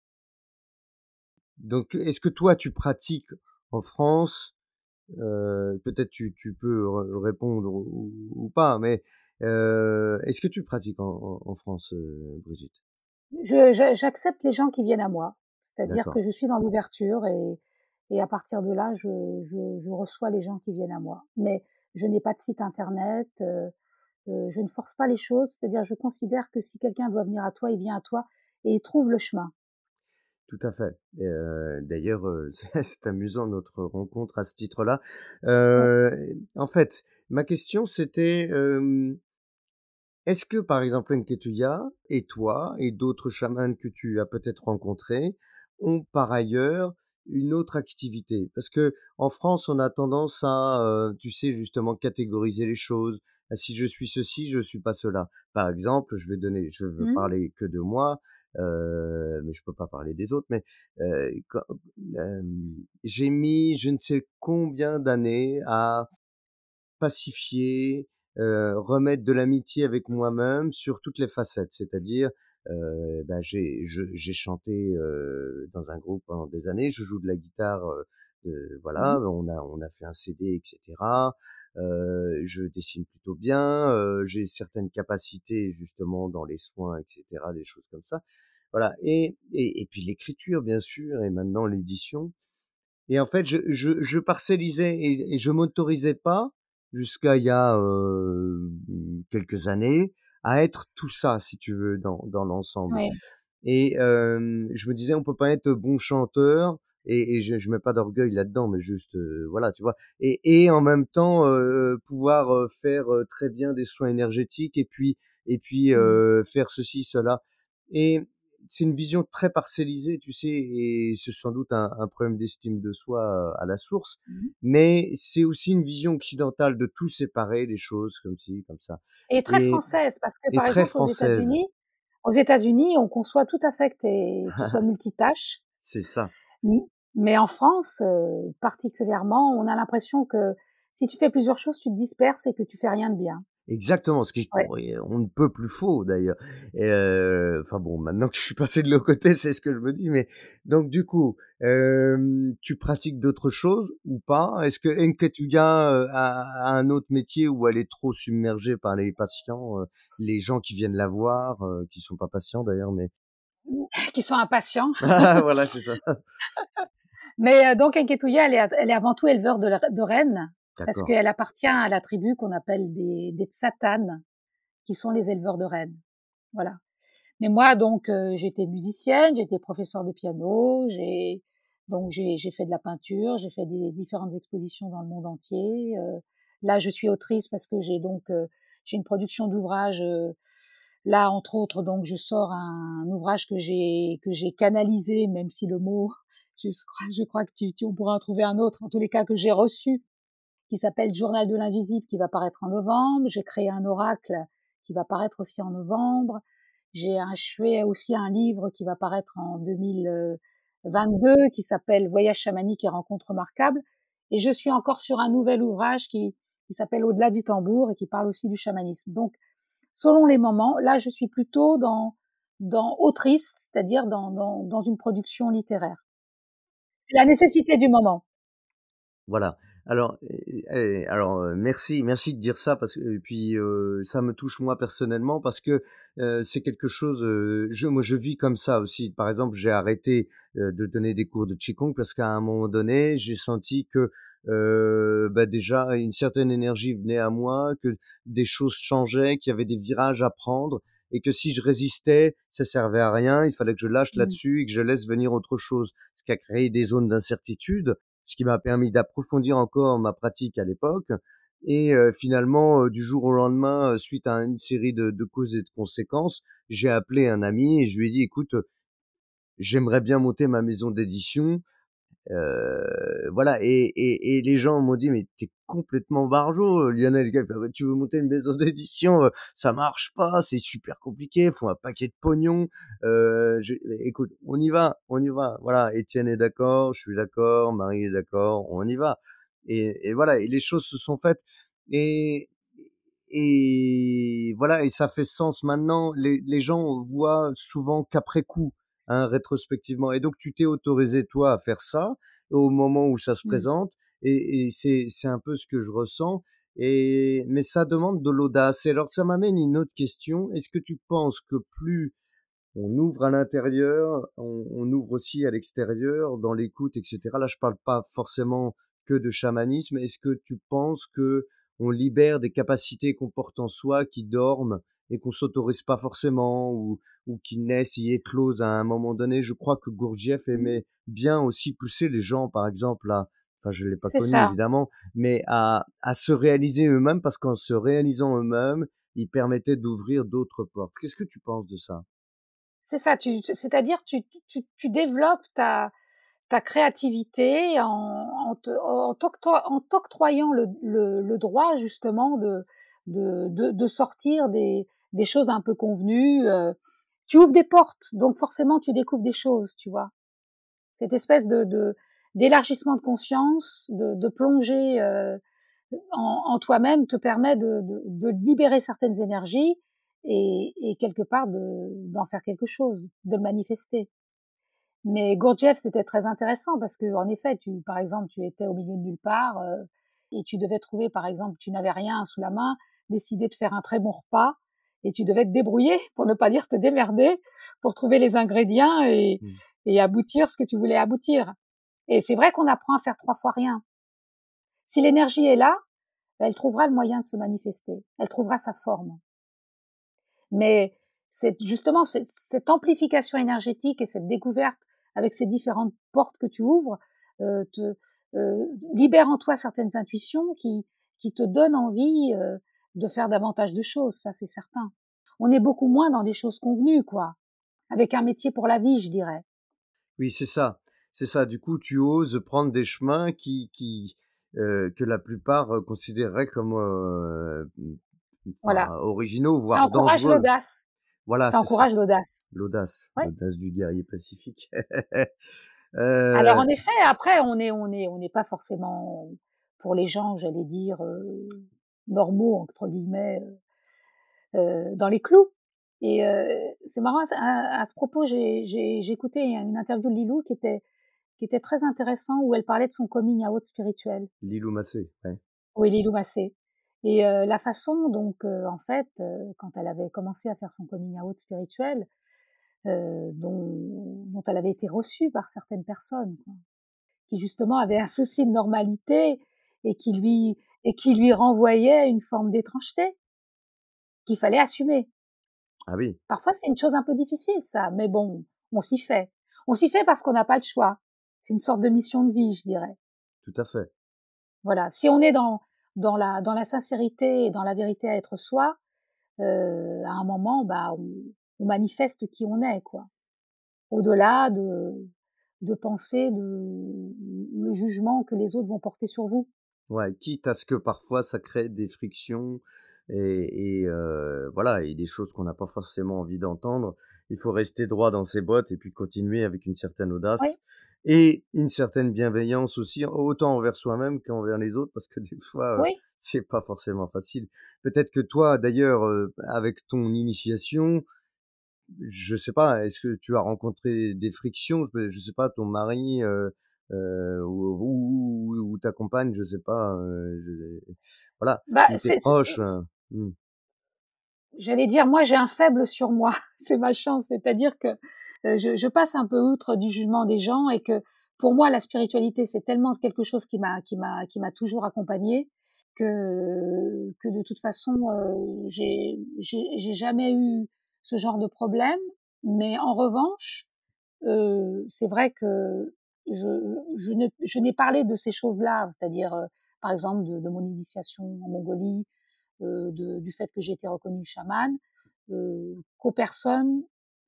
Donc, tu- est-ce que toi, tu pratiques en France? Euh, peut-être tu, tu peux r- répondre ou, ou pas, mais euh, est-ce que tu pratiques en, en- en France, euh, Brigitte?
Je, je- j'accepte les gens qui viennent à moi. C'est-à-dire que
D'accord.
je suis dans l'ouverture et, et à partir de là, je, je, je reçois les gens qui viennent à moi. Mais je n'ai pas de site internet, euh, euh, je ne force pas les choses. C'est-à-dire, je considère que si quelqu'un doit venir à toi, il vient à toi et il trouve le chemin.
Tout à fait. Et, euh, d'ailleurs, euh, c'est c'est amusant notre rencontre à ce titre-là. Euh, en fait, ma question c'était, euh, est-ce que, par exemple, Nketuya et toi et d'autres chamans que tu as peut-être rencontrés ont par ailleurs une autre activité? Parce que en France, on a tendance à, euh, tu sais, justement catégoriser les choses. Ah, si je suis ceci, je suis pas cela. Par exemple, je vais donner, je veux
Hmm.
parler que de moi, euh, mais je peux pas parler des autres. Mais euh, quand- euh, j'ai mis je ne sais combien d'années à pacifier, heu, remettre de l'amitié avec moi-même sur toutes les facettes. C'est-à-dire, heu, bah, j'ai je j'ai chanté, heu, dans un groupe pendant des années, je joue de la guitare, heu, heu,
Mhm.
voilà, on a on a fait un C D et cetera. Heu, je dessine plutôt bien, heu, j'ai certaines capacités justement dans les soins et cetera, des choses comme ça. Voilà et et et puis l'écriture bien sûr et maintenant l'édition. Et en fait, je, je, je parcellisais et, et je m'autorisais pas, jusqu'à il y a euh, quelques années, à être tout ça, si tu veux, dans, dans l'ensemble.
Oui.
Et euh, je me disais, on peut pas être bon chanteur, et, et je, je mets pas d'orgueil là-dedans, mais juste, euh, voilà, tu vois. Et, et en même temps, euh, pouvoir euh, faire euh, très bien des soins énergétiques, et puis, et puis
Mhm.
euh, faire ceci, cela. Et c'est une vision très parcellisée, tu sais, et c'est sans doute un, un problème d'estime de soi euh, à la source,
Mhm.
mais c'est aussi une vision occidentale de tout séparer, les choses comme ci, comme ça,
Et très
et,
française, parce que
et
par
très
exemple aux
française.
États-Unis, aux États-Unis, on conçoit tout à fait que t'es- tu sois multitâche,
C'est ça.
m- mais en France, euh, particulièrement, on a l'impression que si tu fais plusieurs choses, tu te disperses et que tu fais rien de bien.
Exactement, ce qui est
Ouais.
oui, on ne peut plus faux d'ailleurs. Et euh, enfin bon, maintenant que je suis passé de l'autre côté, c'est ce que je me dis. Mais donc du coup, euh, tu pratiques d'autres choses ou pas? Est-ce que Nketuga euh, a, a un autre métier où elle est trop submergée par les patients, euh, les gens qui viennent la voir, euh, qui sont pas patients d'ailleurs, mais
Qui sont impatients.
voilà, c'est ça.
Mais euh, donc Nketouya, elle est, elle est avant tout éleveur de, de rennes. parce
D'accord.
qu'elle appartient à la tribu qu'on appelle des des Tsatanes, qui sont les éleveurs de rennes. Voilà. Mais moi donc heu, j'étais musicienne, j'étais professeure de piano, j'ai donc j'ai j'ai fait de la peinture, j'ai fait des différentes expositions dans le monde entier. Heu, là, je suis autrice parce que j'ai donc, heu, j'ai une production d'ouvrages, heu, là, entre autres, donc je sors un, un ouvrage que j'ai que j'ai canalisé, même si le mot, je crois, je crois que tu, tu, on pourra en trouver un autre, en tous les cas que j'ai reçu, qui s'appelle Journal de l'invisible, qui va paraître en novembre. J'ai créé un oracle qui va paraître aussi en novembre. J'ai achevé aussi un livre qui va paraître en deux mille vingt-deux, qui s'appelle Voyage chamanique et rencontres remarquables. Et je suis encore sur un nouvel ouvrage qui, qui s'appelle Au-delà du tambour et qui parle aussi du chamanisme. Donc, selon les moments, là, je suis plutôt dans, dans autrice, c'est-à-dire dans, dans, dans une production littéraire. C'est la nécessité du moment.
Voilà. Alors, et et alors, heu, merci merci de dire ça parce que et puis, heu, ça me touche moi personnellement parce que, heu, c'est quelque chose, heu, je moi je vis comme ça aussi. Par exemple, j'ai arrêté, heu, de donner des cours de Qigong parce qu'à un moment donné, j'ai senti que, heu, bah, déjà une certaine énergie venait à moi, que des choses changeaient, qu'il y avait des virages à prendre et que si je résistais, ça servait à rien. Il fallait que je lâche
Mmh.
là-dessus et que je laisse venir autre chose. Ce qui a créé des zones d'incertitude, ce qui m'a permis d'approfondir encore ma pratique à l'époque. Et euh, finalement, euh, du jour au lendemain, euh, suite à une série de, de causes et de conséquences, j'ai appelé un ami et je lui ai dit, écoute, j'aimerais bien monter ma maison d'édition. Euh, voilà, et, et, et les gens m'ont dit, mais t'es complètement barjot, Lionel, tu veux monter une maison d'édition, euh, ça marche pas, c'est super compliqué, faut un paquet de pognon. Euh, je- écoute, on y va, on y va. Voilà, Étienne est d'accord, je suis d'accord, Marie est d'accord, on y va. Et, et voilà, et les choses se sont faites. Et, et voilà, et ça fait sens maintenant. Les, les gens voient souvent qu'après coup, hein, rétrospectivement. Et donc, tu t'es autorisé, toi, à faire ça au moment où ça se
Mmh.
présente. Et, et c'est, c'est un peu ce que je ressens. Et, mais ça demande de l'audace. Et alors, ça m'amène une autre question. Est-ce que tu penses que plus on ouvre à l'intérieur, on, on ouvre aussi à l'extérieur, dans l'écoute, et cetera. Là, je parle pas forcément que de chamanisme. Est-ce que tu penses que on libère des capacités qu'on porte en soi, qui dorment et qu'on s'autorise pas forcément, ou, ou qui naissent et éclosent à un moment donné? Je crois que Gurdjieff
Mmh.
aimait bien aussi pousser les gens, par exemple, à, enfin, je l'ai pas
C'est
connu
ça.
évidemment, mais à, à se réaliser eux-mêmes, parce qu'en se réalisant eux-mêmes, ils permettaient d'ouvrir d'autres portes. Qu'est-ce que tu penses de ça?
C'est ça, tu, c'est-à-dire tu, tu, tu développes ta, ta créativité en, en, te, en, t'octro- en t'octroyant le, le, le droit justement de, de, de, de sortir des, des choses un peu convenues. euh. Tu ouvres des portes, donc forcément tu découvres des choses, tu vois. Cette espèce de, de d'élargissement de conscience, de, de plonger euh, en, en toi-même te permet de, de, de libérer certaines énergies et, et quelque part de, d'en faire quelque chose, de le manifester. Mais Gurdjieff, c'était très intéressant parce que, en effet, tu, par exemple, tu étais au milieu de nulle part euh, et tu devais trouver, par exemple, tu n'avais rien sous la main, décider de faire un très bon repas et tu devais te débrouiller, pour ne pas dire te démerder, pour trouver les ingrédients et,
Mm.
et aboutir ce que tu voulais aboutir. Et c'est vrai qu'on apprend à faire trois fois rien. Si l'énergie est là, elle trouvera le moyen de se manifester, elle trouvera sa forme. Mais c'est justement cette, cette amplification énergétique et cette découverte avec ces différentes portes que tu ouvres euh, te euh, libère en toi certaines intuitions qui, qui te donnent envie euh, de faire davantage de choses, ça c'est certain. On est beaucoup moins dans des choses convenues, quoi, avec un métier pour la vie, je dirais.
Oui, c'est ça. C'est ça. Du coup, tu oses prendre des chemins qui, qui, euh, que la plupart euh, considéreraient comme, euh,
Voilà.
enfin, originaux,
Ça
voire
encourage
dangereux.
l'audace.
Voilà,
Ça
c'est ça.
encourage l'audace.
L'audace,
Ouais.
l'audace du guerrier pacifique.
Alors
euh,
en effet, après on est on est on n'est pas forcément pour les gens, j'allais dire euh, normaux entre guillemets euh, euh, dans les clous. Et euh, c'est marrant à, à ce propos, j'ai j'ai j'ai écouté une interview de Lilou qui était qui était très intéressant où elle parlait de son coming out spirituel.
Lilou Massé, ouais.
Oui, Lilou Massé. Et euh, la façon donc euh, en fait euh, quand elle avait commencé à faire son coming out spirituel, euh, dont dont elle avait été reçue par certaines personnes, quoi, qui justement avait un souci de normalité et qui lui et qui lui renvoyait une forme d'étrangeté qu'il fallait assumer.
Ah oui,
Parfois, c'est une chose un peu difficile, ça, mais bon, on s'y fait. On s'y fait parce qu'on n'a pas le choix. C'est une sorte de mission de vie, je dirais.
tout à fait.
Voilà. Si on est dans, dans la, dans la sincérité et dans la vérité à être soi, euh, à un moment, bah, on, on manifeste qui on est, quoi. Au-delà de, de penser de, le jugement que les autres vont porter sur vous.
Ouais, quitte à ce que parfois ça crée des frictions et, et euh, voilà, et des choses qu'on n'a pas forcément envie d'entendre. Il faut rester droit dans ses bottes et puis continuer avec une certaine
Oui,
audace et une certaine bienveillance aussi, autant envers soi-même qu'envers les autres, parce que des fois, euh,
oui.
c'est pas forcément facile. Peut-être que toi, d'ailleurs, euh, avec ton initiation, je sais pas, est-ce que tu as rencontré des frictions? Je je sais pas, ton mari, heu heu, ou ou ou ou ta compagne, je sais pas, heu, je voilà,
Bah,
ou tes
c'est, c'est-
proches, heu, mmh,
j'allais dire, moi, j'ai un faible sur moi. C'est ma chance. C'est-à-dire que euh, je, je passe un peu outre du jugement des gens et que pour moi, la spiritualité, c'est tellement quelque chose qui m'a, qui m'a, qui m'a toujours accompagnée que, que de toute façon, euh, j'ai, j'ai, j'ai jamais eu ce genre de problème. Mais en revanche, euh, c'est vrai que je, je, ne, je n'ai parlé de ces choses-là, c'est-à-dire, euh, par exemple, de, de mon initiation en Mongolie, euh, de, du fait que j'ai été reconnue chamane, euh, qu'aux personnes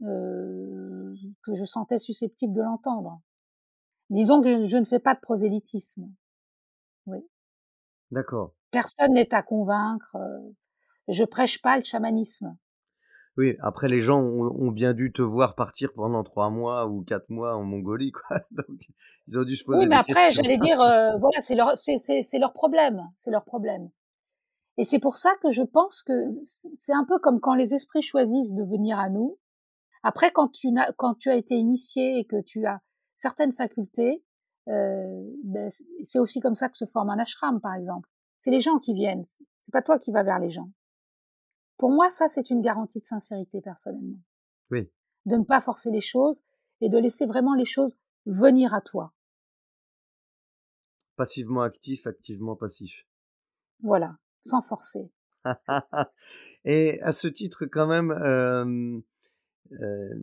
euh, que je sentais susceptibles de l'entendre. Disons que je, je ne fais pas de prosélytisme. Oui.
d'accord.
Personne n'est à convaincre. euh, Je prêche pas le chamanisme.
Oui, après les gens ont ont bien dû te voir partir pendant trois mois ou quatre mois en Mongolie, quoi, donc ils ont dû se
Oui,
poser
mais
des
après,
questions.
j'allais dire, euh, voilà, c'est leur, c'est, c'est, c'est leur problème, c'est leur problème. Et c'est pour ça que je pense que c'est un peu comme quand les esprits choisissent de venir à nous. Après, quand tu, n'as, quand tu as été initié et que tu as certaines facultés, euh, ben, c'est aussi comme ça que se forme un ashram, par exemple. C'est les gens qui viennent, c'est pas toi qui vas vers les gens. Pour moi, ça, c'est une garantie de sincérité, personnellement.
Oui,
De ne pas forcer les choses et de laisser vraiment les choses venir à toi.
passivement actif, activement passif.
Voilà, sans forcer.
Et à ce titre quand même, hem, hem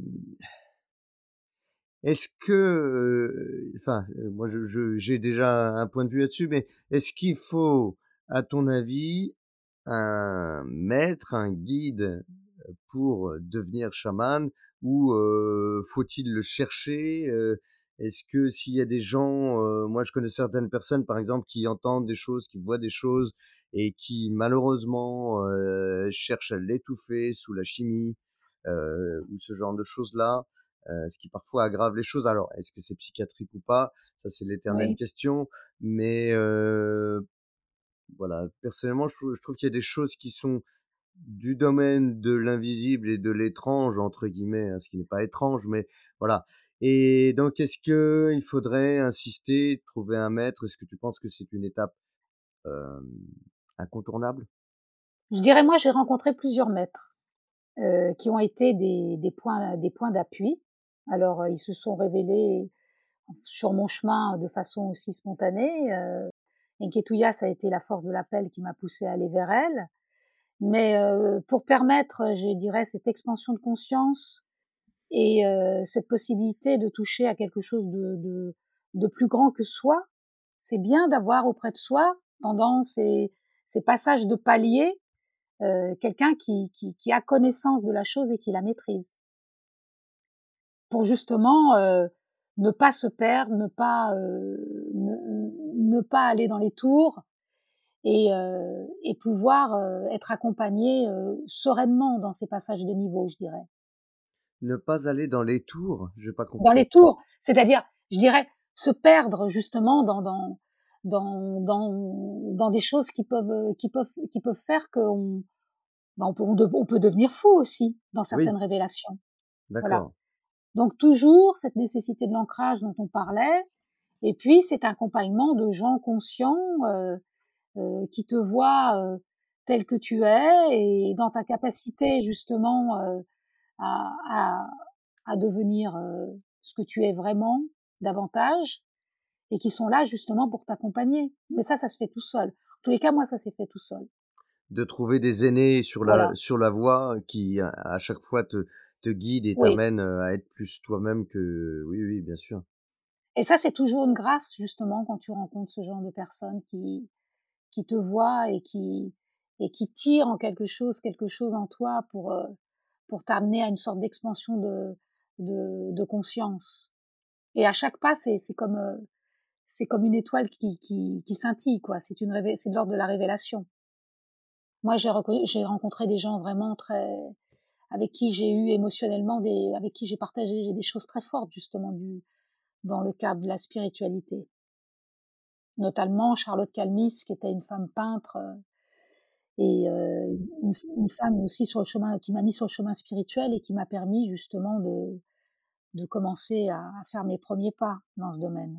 est-ce que, heu, enfin, heu, moi je je j'ai déjà un point de vue là-dessus, mais est-ce qu'il faut, à ton avis, un maître, un guide, pour, devenir chaman? Ou, heu, faut-il le chercher? Heu, est-ce que s'il y a des gens, heu, moi je connais certaines personnes par exemple qui entendent des choses, qui voient des choses et qui malheureusement, heu, cherchent à l'étouffer sous la chimie, heu, ou ce genre de choses-là, heu, ce qui parfois aggrave les choses. Alors, est-ce que c'est psychiatrique ou pas? Ça, c'est l'éternelle
Oui.
question, mais heu, voilà, personnellement, je trouve je trouve qu'il y a des choses qui sont du domaine de l'invisible et de «l'étrange» entre guillemets, hein, ce qui n'est pas étrange, mais voilà. Et donc est-ce qu'il faudrait insister, trouver un maître? Est-ce que tu penses que c'est une étape, hem, incontournable?
Je dirais, moi, j'ai rencontré plusieurs maîtres euh, qui ont été des, des points, des points d'appui. Alors, euh, ils se sont révélés sur mon chemin de façon aussi spontanée. Euh, Enketuya, ça a été la force de l'appel qui m'a poussée à aller vers elle. Mais euh, pour permettre, je dirais, cette expansion de conscience et euh, cette possibilité de toucher à quelque chose de, de, de plus grand que soi, c'est bien d'avoir auprès de soi, pendant ces, ces passages de palier, euh, quelqu'un qui, qui, qui a connaissance de la chose et qui la maîtrise. Pour justement euh, ne pas se perdre, ne pas, euh, ne, ne pas aller dans les tours, et, euh, et pouvoir euh, être accompagné euh, sereinement dans ces passages de niveau, je dirais.
Ne pas aller dans les tours? J'ai pas
Dans
compris.
les tours, c'est-à-dire, je dirais, se perdre justement dans dans dans dans, dans des choses qui peuvent qui peuvent qui peuvent faire qu'on ben, on peut on, de, on peut devenir fou aussi dans
Oui,
certaines révélations. Voilà.
d'accord.
Donc toujours cette nécessité de l'ancrage dont on parlait, et puis cet accompagnement de gens conscients euh, euh, qui te voient euh, tel que tu es et dans ta capacité justement euh, à, à, à devenir euh, ce que tu es vraiment davantage et qui sont là justement pour t'accompagner. Mais ça, ça se fait tout seul. tous les cas, moi, ça s'est fait tout seul.
De trouver des aînés sur la
Voilà.
sur la voie qui, à à chaque fois, te te guident et
Oui.
t'amènent, heu, à être plus toi-même que oui, oui, bien sûr.
Et ça, c'est toujours une grâce, justement, quand tu rencontres ce genre de personnes qui qui te voient et qui et qui tirent en quelque chose quelque chose en toi pour, heu, pour t'amener à une sorte d'expansion de de de conscience. Et à chaque pas, c'est c'est comme, heu, c'est comme une étoile qui qui qui scintille, quoi. C'est une révé c'est de l'ordre de la révélation. Moi, j'ai reconnu j'ai rencontré des gens vraiment très avec qui j'ai eu émotionnellement des avec qui j'ai partagé des choses très fortes, justement, du dans le cadre de la spiritualité. Notamment Charlotte Calmis, qui était une femme peintre, heu et heu, une f une femme aussi sur le chemin qui m'a mis sur le chemin spirituel et qui m'a permis justement de de commencer à à faire mes premiers pas dans ce domaine.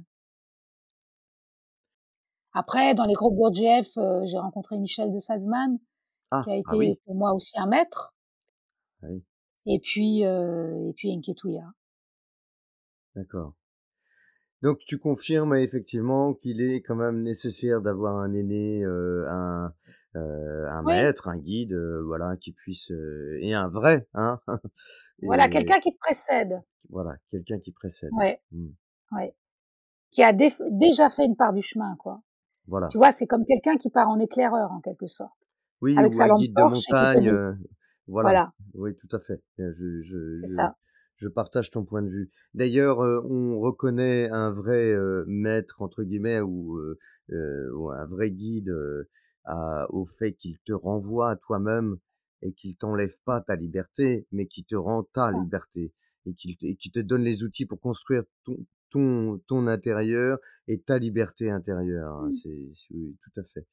Après, dans les groupes Gurdjieff, heu, j'ai rencontré Michel de Salzmann, qui
Ah!
a
Ah
été
oui!
pour moi aussi un maître.
Ah oui.
Et puis, heu et puis Nketuya.
D'accord. Donc tu confirmes effectivement qu'il est quand même nécessaire d'avoir un aîné, heu, un, heu, un
Oui.
maître, un guide, heu, voilà, qui puisse, heu et un vrai, hein?
Voilà,
Et
quelqu'un qui te précède.
voilà, quelqu'un qui précède.
Ouais,
Mmh.
ouais. Qui a déf déjà fait une part du chemin, quoi.
Voilà.
Tu vois, c'est comme quelqu'un qui part en éclaireur, en quelque sorte,
Oui,
avec
ou
sa
un
lampe
guide de
torche et qui te
montagne,
dit
heu, voilà.
voilà.
Oui, tout à fait. Heu, je je
C'est
je
ça.
je partage ton point de vue. D'ailleurs, heu, on reconnaît un vrai, heu, «maître» entre guillemets ou, heu heu, ou un vrai guide, heu, à au fait qu'il te renvoie à toi-même et qu'il t'enlève pas ta liberté, mais qui te rend ta
Ça.
liberté et qu'il te et qui te donne les outils pour construire ton ton ton intérieur et ta liberté intérieure, hein.
Mmh.
C'est c'est oui, tout à fait.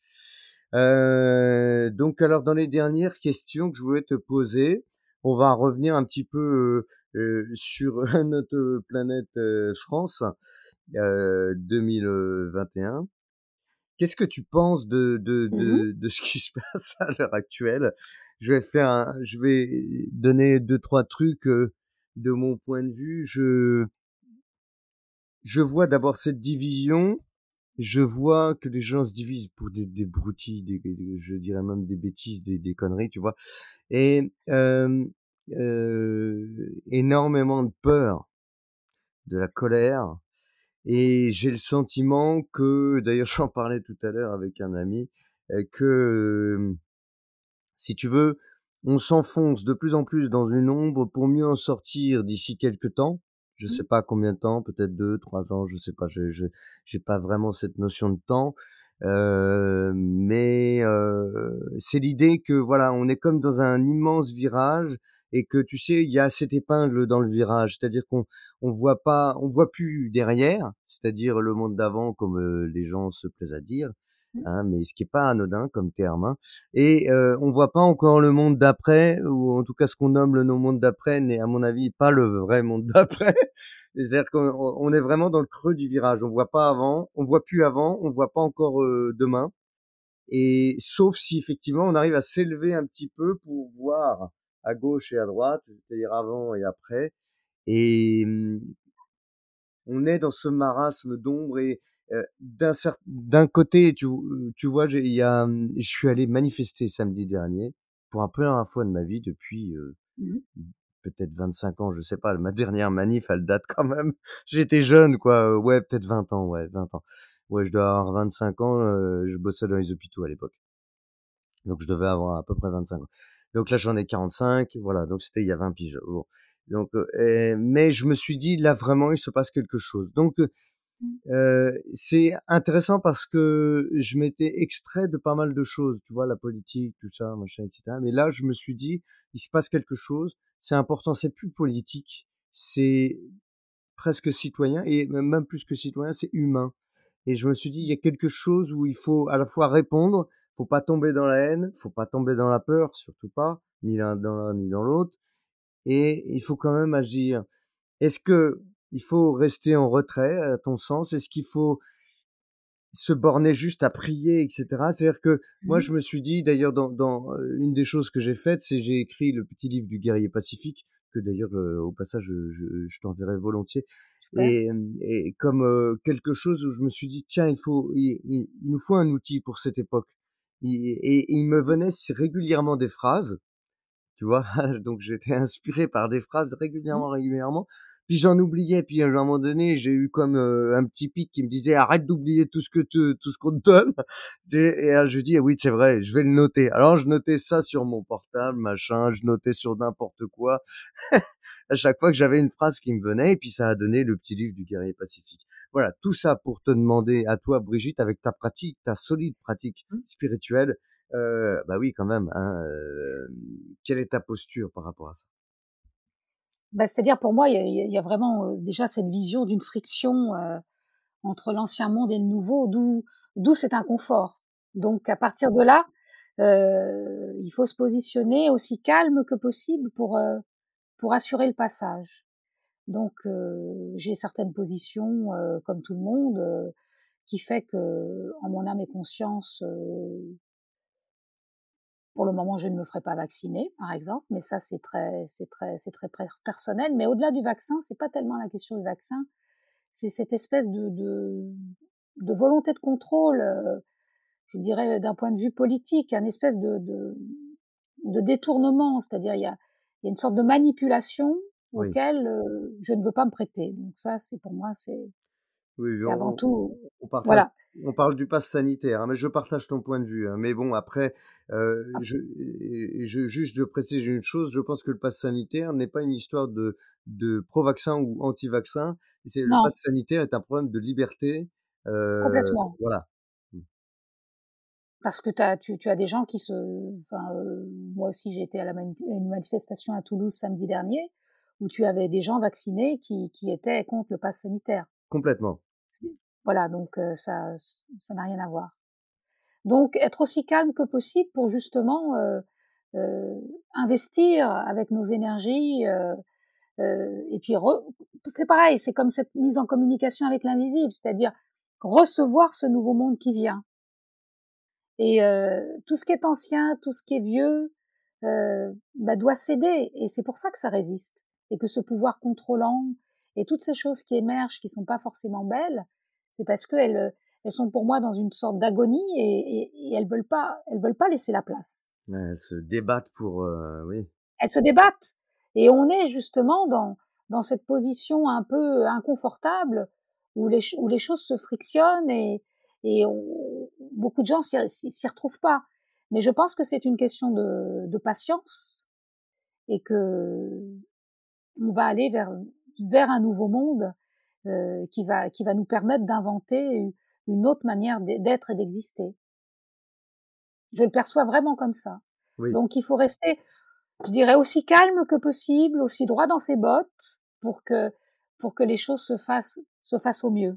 Heu, donc alors dans les dernières questions que je voulais te poser, on va revenir un petit peu, heu heu, sur notre planète, heu, France, heu, deux mille vingt et un. Qu'est-ce que tu penses de de
Mmh mh.
de de ce qui se passe à l'heure actuelle? Je vais faire un je vais donner deux trois trucs, heu, de mon point de vue. Je je vois d'abord cette division, je vois que les gens se divisent pour des des broutilles, des des des je dirais même des bêtises, des des conneries, tu vois? Et hem, heu, énormément de peur, de la colère et j'ai le sentiment que d'ailleurs j'en parlais tout à l'heure avec un ami, heu, que, hem, si tu veux, on s'enfonce de plus en plus dans une ombre pour mieux en sortir d'ici quelque temps. Je
Mmh.
sais pas combien de temps, peut-être deux, trois ans, je sais pas, je je j'ai pas vraiment cette notion de temps, heu, mais heu, c'est l'idée que voilà, on est comme dans un immense virage et que tu sais, il y a cette épingle dans le virage. C'est-à-dire qu'on on voit pas on voit plus derrière, c'est-à-dire le monde d'avant comme, heu, les gens se plaisent à dire,
Mmh.
hein, mais ce qui est pas anodin comme terme, hein et heu, on voit pas encore le monde d'après ou en tout cas ce qu'on nomme le no monde d'après n'est à mon avis pas le vrai monde d'après. C'est-à-dire qu'on on on est vraiment dans le creux du virage. On voit pas avant, on voit plus avant, on voit pas encore, heu, demain et sauf si effectivement on arrive à s'élever un petit peu pour voir à gauche et à droite, c'est-à-dire avant et après et mmh on est dans ce marasme d'ombre et heu, d'un cer d'un côté, tu tu vois, j'ai il y a, mmh, je suis allé manifester samedi dernier pour la première fois de ma vie depuis, heu,
Mmh mh.
peut-être vingt-cinq ans, je sais pas. Ma dernière manif, elle date quand même j'étais jeune quoi, heu, ouais, peut-être vingt ans, ouais, vingt ans. Ouais, je dois avoir vingt-cinq ans, heu, je bossais dans les hôpitaux à l'époque. Donc je devais avoir à peu près vingt-cinq ans. Donc là, j'en ai quarante-cinq, voilà, donc c'était il y a vingt piges. Bon, donc heu et mais je me suis dit: «Là, vraiment, il se passe quelque chose». Donc heu
Mmh.
heu, c'est intéressant parce que je m'étais extrait de pas mal de choses, tu vois? La politique, tout ça, machin et cetera. Mais là, je me suis dit: «Il se passe quelque chose, c'est important, c'est plus politique, c'est presque citoyen et même même plus que citoyen, c'est humain» et je me suis dit: «Il y a quelque chose où il faut à la fois répondre, faut pas tomber dans la haine, faut pas tomber dans la peur, surtout pas, ni l'un dans l'un ni dans l'autre et il faut quand même agir». Est-ce qu'il faut rester en retrait à ton sens? Est-ce qu'il faut se borner juste à prier et cetera? C'est-à-dire que
Mmh
moi,
mh.
je me suis dit d'ailleurs dans dans, heu, une des choses que j'ai faites, c'est j'ai écrit le petit livre du guerrier pacifique que d'ailleurs, heu, au passage, je je je t'enverrai volontiers
Super.
et hem et comme, heu, quelque chose où je me suis dit: «Tiens, il faut il il il nous faut un outil pour cette époque». il et et il me venait s régulièrement des phrases, tu vois? Donc j'étais inspiré par des phrases
Mmh.
régulièrement, régulièrement, puis j'en oubliais, puis à un moment donné, j'ai eu comme, heu, un petit pic qui me disait: «Arrête d'oublier tout ce que te tout ce qu'on te donne». Tu sais? Et là, je dis: «Ah oui, c'est vrai, je vais le noter». Alors je notais ça sur mon portable, machin, je notais sur n'importe quoi. À chaque fois que j'avais une phrase qui me venait et puis ça a donné le petit livre du guerrier pacifique. Voilà, tout ça pour te demander à toi, Brigitte, avec ta pratique, ta solide pratique
Mmh.
spirituelle, heu, bah oui, quand même, hein, hem, quelle est ta posture par rapport à ça?
Bah, c'est-à-dire pour moi, il y a il y a il y a vraiment, heu, déjà cette vision d'une friction, heu, entre l'ancien monde et le nouveau, d'où d'où cet inconfort. Donc à partir de là, heu, il faut se positionner aussi calme que possible pour, heu, pour assurer le passage. Donc heu, j'ai certaines positions, heu, comme tout le monde, heu, qui fait que, en mon âme et conscience, heu, pour le moment, je ne me ferai pas vacciner, par exemple, mais ça c'est très c'est très c'est très per personnel. Mais au-delà du vaccin, c'est pas tellement la question du vaccin, c'est cette espèce de de de volonté de contrôle, heu, je dirais d'un point de vue politique, un espèce de de de détournement. C'est-à-dire il y a il y a une sorte de manipulation
Oui.
auquel, heu, je ne veux pas me prêter. Donc ça, c'est pour moi, c'est
Oui,
c'est avant
on
tout
on partage
voilà.
on parle du pass sanitaire, hein, mais je partage ton point de vue, hein. Mais bon après, heu,
Ah,
je et et je juste je précise une chose, je pense que le pass sanitaire n'est pas une histoire de de pro-vaccin ou anti-vaccin. C'est le
non,
pass sanitaire est un problème de liberté, heu,
complètement.
voilà. Mmh.
Parce que tu as tu tu as des gens qui se enfin, heu, moi aussi j'ai été à la mani à une manifestation à Toulouse samedi dernier, où tu avais des gens vaccinés qui qui étaient contre le pass sanitaire.
Complètement.
C'est voilà, donc heu, ça ça n'a rien à voir. Donc être aussi calme que possible pour justement, heu heu, investir avec nos énergies, heu heu et puis re c'est pareil, c'est comme cette mise en communication avec l'invisible, c'est-à-dire recevoir ce nouveau monde qui vient. Et heu, tout ce qui est ancien, tout ce qui est vieux, heu, bah, doit céder et c'est pour ça que ça résiste et que ce pouvoir contrôlant et toutes ces choses qui émergent, qui sont pas forcément belles, c'est parce qu'elles, heu, elles sont pour moi dans une sorte d'agonie et et et elles veulent pas elles veulent pas laisser la place.
Ouais, elles se débattent pour, heu, oui.
Elles se débattent et on est justement dans dans cette position un peu inconfortable où les ch où les choses se frictionnent et et on beaucoup de gens s'y s'y s'y retrouvent pas. Mais je pense que c'est une question de de patience et qu'on va aller vers vers un nouveau monde, heu, qui va qui va nous permettre d'inventer u une autre manière d'ê d'être et d'exister. Je le perçois vraiment comme ça.
Oui.
Donc il faut rester, je dirais, aussi calme que possible, aussi droit dans ses bottes pour que pour que les choses se fassent se fassent au mieux.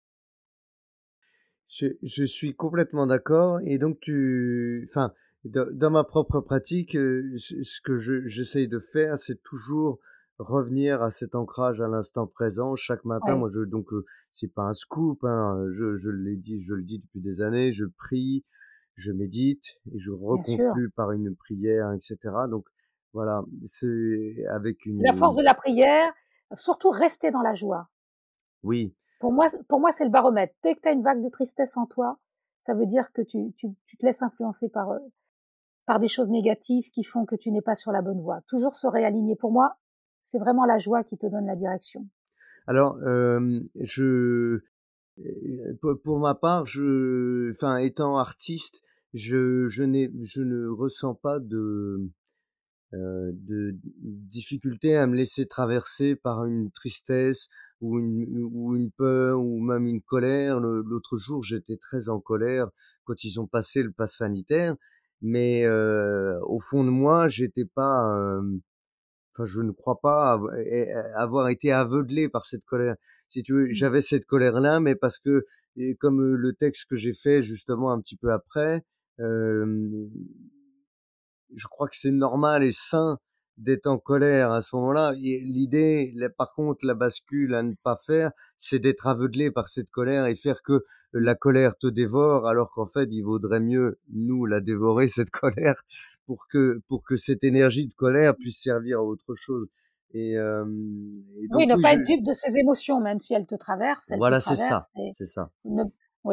Je je suis complètement d'accord et donc tu enfin, dans dans ma propre pratique, heu, ce ce que je j'essaye de faire, c'est toujours revenir à cet ancrage à l'instant présent chaque matin.
Oui,
Moi, je donc, heu, c'est pas un scoop, hein, je je l'ai dit je le dis depuis des années, je prie, je médite et je
bien sûr.
reconclue par une prière et cetera. Donc voilà, c'est avec
La force
une
de la prière, surtout rester dans la joie.
oui.
Pour moi pour moi, c'est le baromètre. Dès que tu as une vague de tristesse en toi, ça veut dire que tu tu tu te laisses influencer par, heu, par des choses négatives qui font que tu n'es pas sur la bonne voie. Toujours se réaligner. Pour moi, c'est vraiment la joie qui te donne la direction.
Alors, hem, je Heu, pour pour ma part, je enfin, étant artiste, je je n'ai je ne ressens pas de, heu, de difficulté à me laisser traverser par une tristesse ou une ou une peur ou même une colère. Le l'autre jour, j'étais très en colère quand ils ont passé le pass sanitaire, mais heu, au fond de moi, j'étais pas, hem enfin, je ne crois pas av é é avoir été aveuglé par cette colère. Si tu veux,
Mmh.
j'avais cette colère-là, mais parce que et comme, heu, le texte que j'ai fait justement un petit peu après, hem, je crois que c'est normal et sain d'être en colère à ce moment-là et l'idée, là, par contre, la bascule à ne pas faire, c'est d'être aveuglé par cette colère et faire que la colère te dévore, alors qu'en fait, il vaudrait mieux, nous, la dévorer, cette colère, pour que pour que cette énergie de colère puisse servir à autre chose et hem et
Oui,
donc
ne
oui,
pas
je
être dupe de ses émotions, même si elles te traversent, elles te
voilà, c'est ça,
traversent et
c'est ça.
ne oui.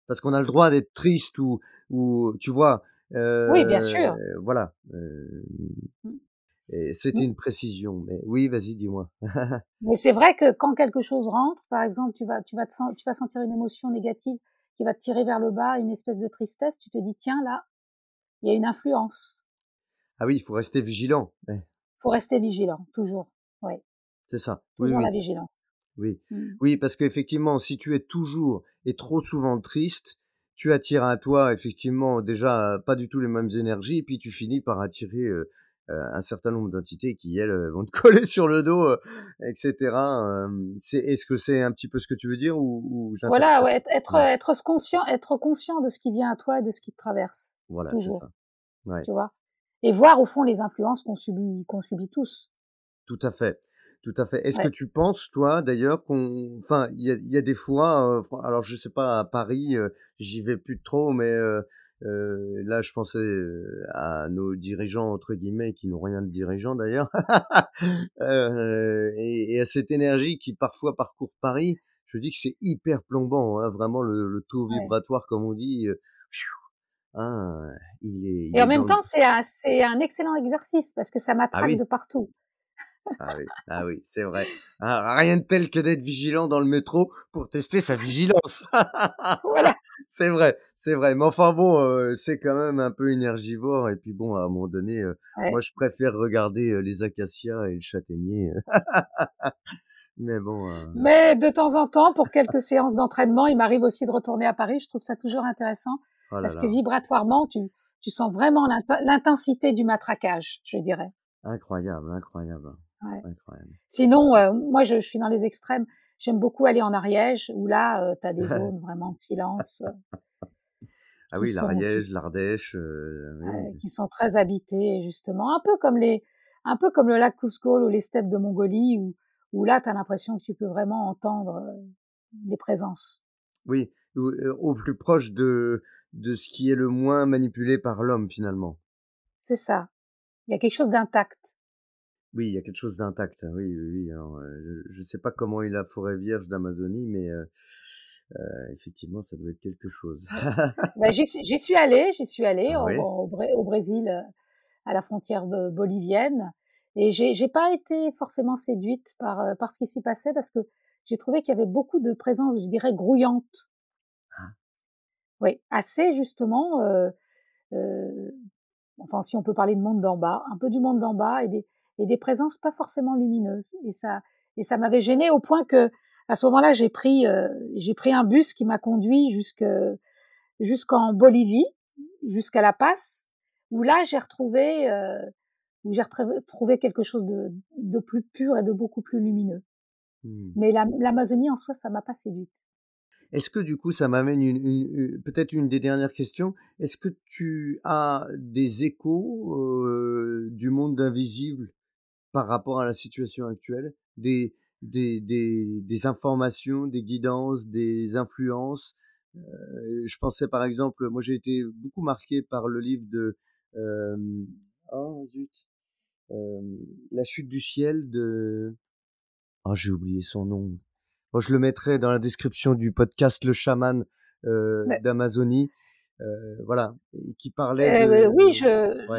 Parce qu'on a le droit d'être triste ou ou tu vois?
Oui, bien
Heu,
sûr.
voilà, heu
Mmh.
et c'était
Mmh.
une précision, mais oui, vas-y, dis-moi.
Mais c'est vrai que quand quelque chose rentre, par exemple, tu vas tu vas te sen tu vas sentir une émotion négative qui va te tirer vers le bas, une espèce de tristesse, tu te dis: «Tiens, là, il y a une influence».
Ah oui, il faut rester vigilant. Ouais,
Faut rester vigilant, toujours. Ouais,
c'est ça. Oui,
toujours la
oui,
vigilance.
oui.
Mmh.
Oui, parce qu'effectivement, si tu es toujours et trop souvent triste, tu attires à toi effectivement déjà pas du tout les mêmes énergies et puis tu finis par attirer, heu heu, un certain nombre d'entités qui elles, heu, vont te coller sur le dos, heu et cetera, hem, c'est est-ce que c'est un petit peu ce que tu veux dire ou ou
Voilà,
j'interprète?
ouais, être être
Ouais,
être s conscient être conscient de ce qui vient à toi et de ce qui te traverse,
voilà, c'est
toujours,
ça. Ouais.
tu vois? Et voir au fond les influences qu'on subit qu'on subit tous.
Tout à fait, tout à fait. Est-ce que
Ouais.
tu penses, toi, d'ailleurs, qu'on enfin, il y a il y a des fois, heu, fran alors je sais pas, à Paris, heu, j'y vais plus trop, mais heu heu, là, je pensais, heu, à nos «dirigeants» entre guillemets, qui n'ont rien de dirigeants d'ailleurs, heu et et à cette énergie qui parfois parcourt Paris. Je me dis que c'est hyper plombant, hein, vraiment le le taux
Ouais.
vibratoire comme on dit, heu, hein, il est
Et
il
en
est
même
dans le
temps, c'est un c'est un excellent exercice parce que ça
ah
matraque de
oui?
partout.
Ah oui, ah oui, c'est vrai. Ah, rien de tel que d'être vigilant dans le métro pour tester sa vigilance.
Voilà,
C'est vrai, c'est vrai. Mais enfin bon, heu, c'est quand même un peu énergivore et puis bon, à un moment donné, heu,
ouais.
moi je préfère regarder, heu, les acacias et le châtaignier, heu, mais bon, heu,
Mais de temps en temps, pour quelques séances d'entraînement, il m'arrive aussi de retourner à Paris. Je trouve ça toujours intéressant
oh là
parce que
là,
vibratoirement, tu tu sens vraiment l'inten l'intensité du matraquage, je dirais.
incroyable, incroyable,
Ouais.
incroyable.
Sinon, heu, moi, je je suis dans les extrêmes. J'aime beaucoup aller en Ariège où là, heu, tu as des zones vraiment de silence, heu,
Ah
qui
oui,
sont qui
l'Ariège, l'Ardèche, heu, oui.
ouais, qui sont très habitées justement, un peu comme les un peu comme le lac Kouskol ou les steppes de Mongolie où où là, tu as l'impression que tu peux vraiment entendre, heu, les présences.
Oui, ou heu, au plus proche de de ce qui est le moins manipulé par l'homme finalement.
C'est ça. Il y a quelque chose d'intact.
Oui, il y a quelque chose d'intact, hein. Oui, oui, oui, alors, heu, je je sais pas comment est la forêt vierge d'Amazonie, mais heu heu, effectivement, ça doit être quelque chose.
Ouais. Bah, j'y suis j'y suis allée j'y suis allée
Ah
au
oui?
au Bré au Brésil, heu, à la frontière be bolivienne et j'ai j'ai pas été forcément séduite par, heu, par ce qui s'y passait parce que j'ai trouvé qu'il y avait beaucoup de présences, je dirais, grouillantes.
Ah,
Oui, assez justement, heu heu, enfin, si on peut parler de monde d'en bas, un peu du monde d'en bas et des et des présences pas forcément lumineuses et ça et ça m'avait gênée au point que à ce moment-là, j'ai pris, heu, j'ai pris un bus qui m'a conduit jusque jusqu'en Bolivie, jusqu'à La Paz, où là j'ai retrouvé, heu, où j'ai retrouvé trouvé quelque chose de de plus pur et de beaucoup plus lumineux.
mmh.
Mais l'Am l'Amazonie en soi, ça m'a pas séduite.
Est-ce que du coup, ça m'amène une une une peut-être une des dernières questions. Est-ce que tu as des échos, heu, du monde invisible par rapport à la situation actuelle? Des des des des informations, des guidances, des influences? Heu, je pensais par exemple, moi j'ai été beaucoup marqué par le livre de, hem, oh zut, hem, La chute du ciel de oh j'ai oublié son nom. Bon, je le mettrai dans la description du podcast Le Chaman, heu,
Mais,
d'Amazonie, heu, voilà, et qui parlait
heu, oui,
de
je
ouais,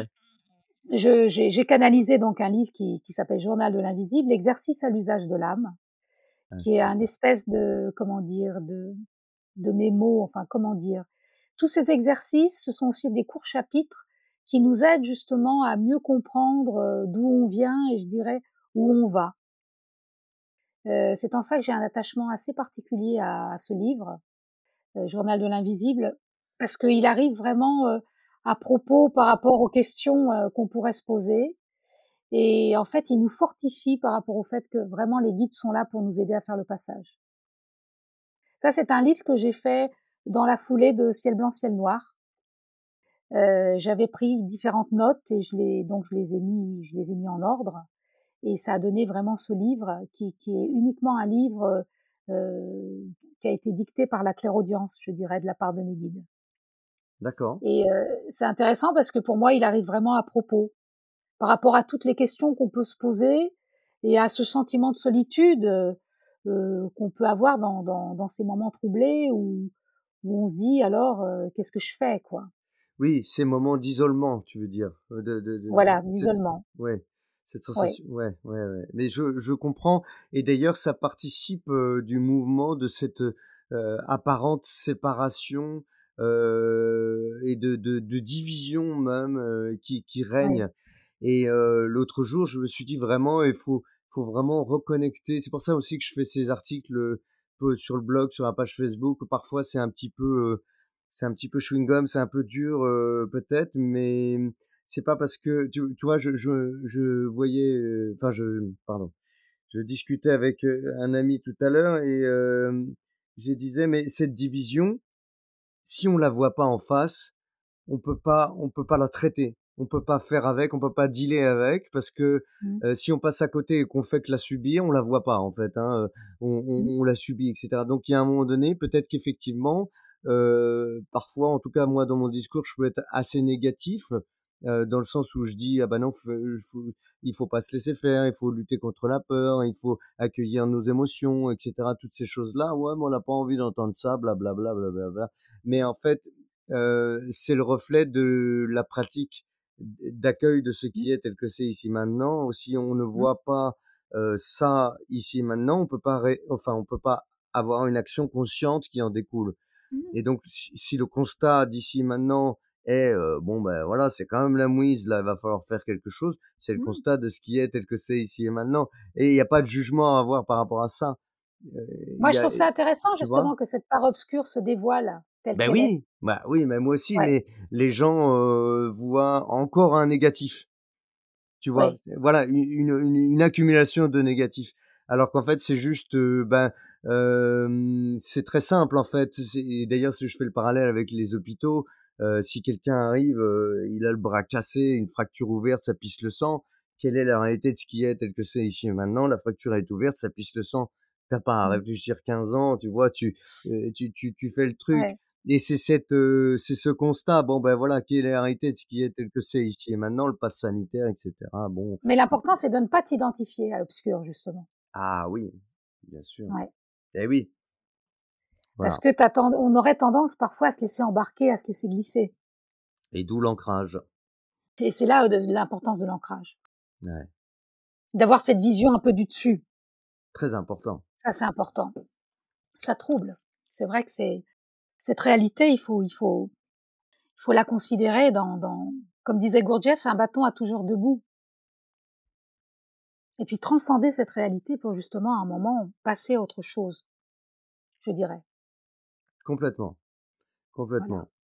je j'ai j'ai canalisé donc un livre qui qui s'appelle Journal de l'invisible, exercice à l'usage de l'âme,
ouais,
qui est un
d'accord.
espèce de, comment dire, de de mémo, enfin comment dire? Tous ces exercices, ce sont aussi des courts chapitres qui nous aident justement à mieux comprendre, heu, d'où on vient et je dirais où on va. Heu, c'est en ça que j'ai un attachement assez particulier à à ce livre, heu, Journal de l'invisible, parce qu'il arrive vraiment, heu, à propos par rapport aux questions, heu, qu'on pourrait se poser et en fait, il nous fortifie par rapport au fait que vraiment les guides sont là pour nous aider à faire le passage. Ça, c'est un livre que j'ai fait dans la foulée de Ciel blanc, ciel noir. Heu, j'avais pris différentes notes et je les donc je les ai mis je les ai mis en ordre et ça a donné vraiment ce livre qui qui est uniquement un livre, heu, qui a été dicté par la clairaudience, je dirais, de la part de mes guides
D'accord.
et heu, c'est intéressant parce que pour moi, il arrive vraiment à propos par rapport à toutes les questions qu'on peut se poser et à ce sentiment de solitude, heu heu, qu'on peut avoir dans dans dans ces moments troublés où où on se dit alors euh, qu'est-ce que je fais quoi.
Oui, ces moments d'isolement, tu veux dire, euh, de, de, de,
Voilà,
cette,
d'isolement.
ouais, cette
Oui,
sensation, ouais, ouais, ouais. Mais je, je comprends, et d'ailleurs, ça participe euh, du mouvement de cette euh, apparente séparation euh, et de, de, de division même euh, qui, qui
oui.
règne. Et euh, l'autre jour, je me suis dit vraiment, il faut, faut vraiment reconnecter. C'est pour ça aussi que je fais ces articles euh, peu sur le blog, sur la page Facebook. Parfois, c'est un petit peu euh, c'est un petit peu chewing-gum, c'est un peu dur euh, peut-être, mais c'est pas parce que tu, tu vois, je, je, je voyais, euh, enfin je, pardon, je discutais avec euh, un ami tout à l'heure et euh, je disais mais cette division, si on la voit pas en face, on peut pas, on peut pas la traiter, on peut pas faire avec, on peut pas dealer avec parce que
Mm,
euh, si on passe à côté et qu'on fait que la subir, on la voit pas en fait, hein, euh, on,
mm,
on, on la subit, et cetera. Donc il y a un moment donné, peut-être qu'effectivement, euh, parfois, en tout cas moi dans mon discours, je peux être assez négatif. Euh, dans le sens où je dis ah ben non faut, faut, il faut pas se laisser faire, il faut lutter contre la peur, il faut accueillir nos émotions, et cetera. Toutes ces choses là, ouais mais on n'a pas envie d'entendre ça, blablabla, blablabla. Mais en fait euh, c'est le reflet de la pratique d'accueil de ce
mm,
qui est tel que c'est ici maintenant. Si on ne
mm,
voit pas euh, ça ici maintenant, on peut pas, ré... enfin, on peut pas avoir une action consciente qui en découle.
mm,
Et donc, si, si le constat d'ici maintenant est euh, bon, ben voilà, c'est quand même la mouise, là, il va falloir faire quelque chose. C'est le
mm.
constat de ce qui est tel que c'est ici et maintenant. Et il n'y a pas de jugement à avoir par rapport à ça. Euh, Il
Moi,
y
je
a,
trouve ça intéressant
tu vois?
justement que cette part obscure se dévoile telle
Ben
qu'elle est.
oui, bah oui, mais moi aussi,
Ouais,
mais les gens euh, voient encore un négatif, tu vois.
oui,
Voilà, une, une, une accumulation de négatifs. Alors qu'en fait, c'est juste, euh, ben, euh, c'est très simple en fait. C'est- Et d'ailleurs, si je fais le parallèle avec les hôpitaux, euh, si quelqu'un arrive, euh, il a le bras cassé, une fracture ouverte, ça pisse le sang. Quelle est la réalité de ce qui est tel que c'est ici et maintenant? La fracture est ouverte, ça pisse le sang. T'as pas à
mm,
réfléchir quinze ans, tu vois, tu, euh, tu, tu, tu fais le truc.
ouais.
Et c'est cette, heu, c'est ce constat, bon, ben, voilà, quelle est la réalité de ce qui est tel que c'est ici et maintenant, le pass sanitaire et cetera. Bon,
Mais l'important, c'est de ne pas t'identifier à l'obscur justement.
ah oui, bien sûr.
Ouais.
Eh oui,
Parce
voilà,
que t'as tend- on aurait tendance parfois à se laisser embarquer, à se laisser glisser.
et d'où l'ancrage.
Et c'est là euh, de- l'importance de l'ancrage.
Ouais,
D'avoir cette vision un peu du dessus.
très important.
Ça, c'est important. Ça trouble. C'est vrai que c'est cette réalité, il faut, il faut, il faut la considérer dans, dans, comme disait Gurdjieff, un bâton a toujours deux bouts. Et puis transcender cette réalité pour justement à un moment passer à autre chose, je dirais.
Complètement,
Voilà.
complètement.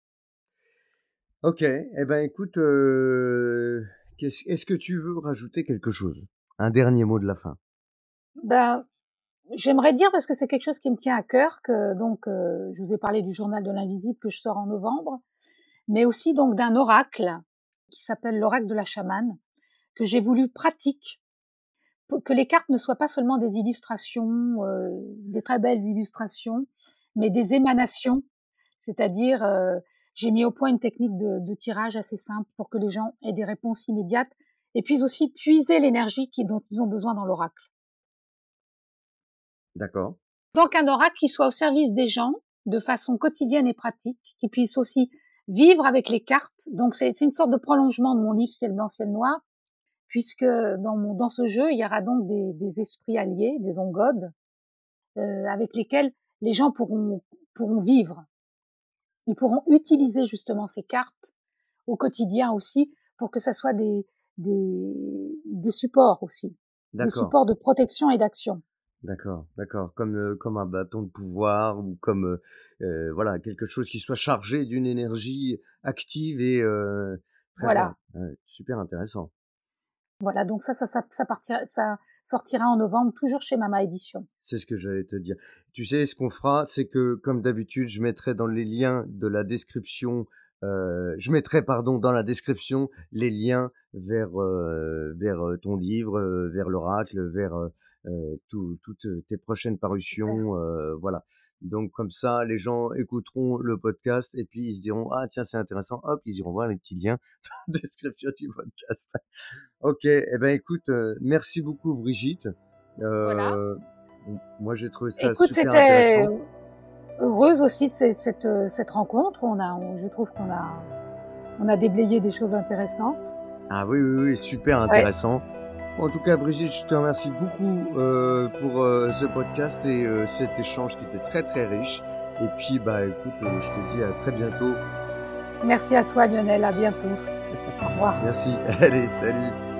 OK, eh ben, écoute, heu, qu'est-ce est-ce que tu veux rajouter quelque chose? Un dernier mot de la fin?
Ben, j'aimerais dire parce que c'est quelque chose qui me tient à cœur que donc euh, je vous ai parlé du journal de l'invisible que je sors en novembre, mais aussi donc d'un oracle qui s'appelle l'oracle de la chamane que j'ai voulu pratique pour que les cartes ne soient pas seulement des illustrations, euh, des très belles illustrations, mais des émanations, c'est-à-dire euh, j'ai mis au point une technique de, de tirage assez simple pour que les gens aient des réponses immédiates et puissent aussi puiser l'énergie qui, dont ils ont besoin dans l'oracle.
D'accord,
Donc un oracle qui soit au service des gens de façon quotidienne et pratique, qui puisse aussi vivre avec les cartes. Donc c'est une sorte de prolongement de mon livre Ciel blanc, ciel noir, puisque dans, mon, dans ce jeu, il y aura donc des, des esprits alliés, des ongodes, euh, avec lesquels les gens pourront, pourront vivre. Ils pourront utiliser justement ces cartes au quotidien aussi pour que ça soit des, des, des supports aussi, des
d'accord.
supports de protection et d'action.
D'accord, d'accord. Comme, heu, comme un bâton de pouvoir ou comme, heu heu, voilà, quelque chose qui soit chargé d'une énergie active et heu, très bien,
Voilà.
ouais, super intéressant.
Voilà, donc ça, ça, ça, ça, partira, ça sortira en novembre, toujours chez Mama Édition.
C'est ce que j'allais te dire. Tu sais, ce qu'on fera, c'est que, comme d'habitude, je mettrai dans les liens de la description, heu, je mettrai, pardon, dans la description les liens vers, heu, vers, heu, ton livre, heu, vers l'oracle, vers, heu heu, tout toutes, tes prochaines
Super.
parutions, heu, voilà. Donc comme ça, les gens écouteront le podcast et puis ils se diront: «Ah tiens, c'est intéressant», hop, ils iront voir les petits liens dans la description du podcast. OK, eh ben, écoute, heu, merci beaucoup Brigitte.
Voilà.
Heu, moi j'ai trouvé ça
Écoute,
super
c'était,
intéressant.
heureuse aussi de ces, cette, cette rencontre. On a, on, je trouve qu'on a, on a déblayé des choses intéressantes.
Ah oui, oui, oui, super intéressant. Ouais. En tout cas, Brigitte, je te remercie beaucoup euh, pour euh, ce podcast et euh, cet échange qui était très très riche. Et puis, bah, écoute, euh, je te dis à très bientôt.
Merci à toi, Lionel. À bientôt. Au revoir.
Merci. Allez, salut.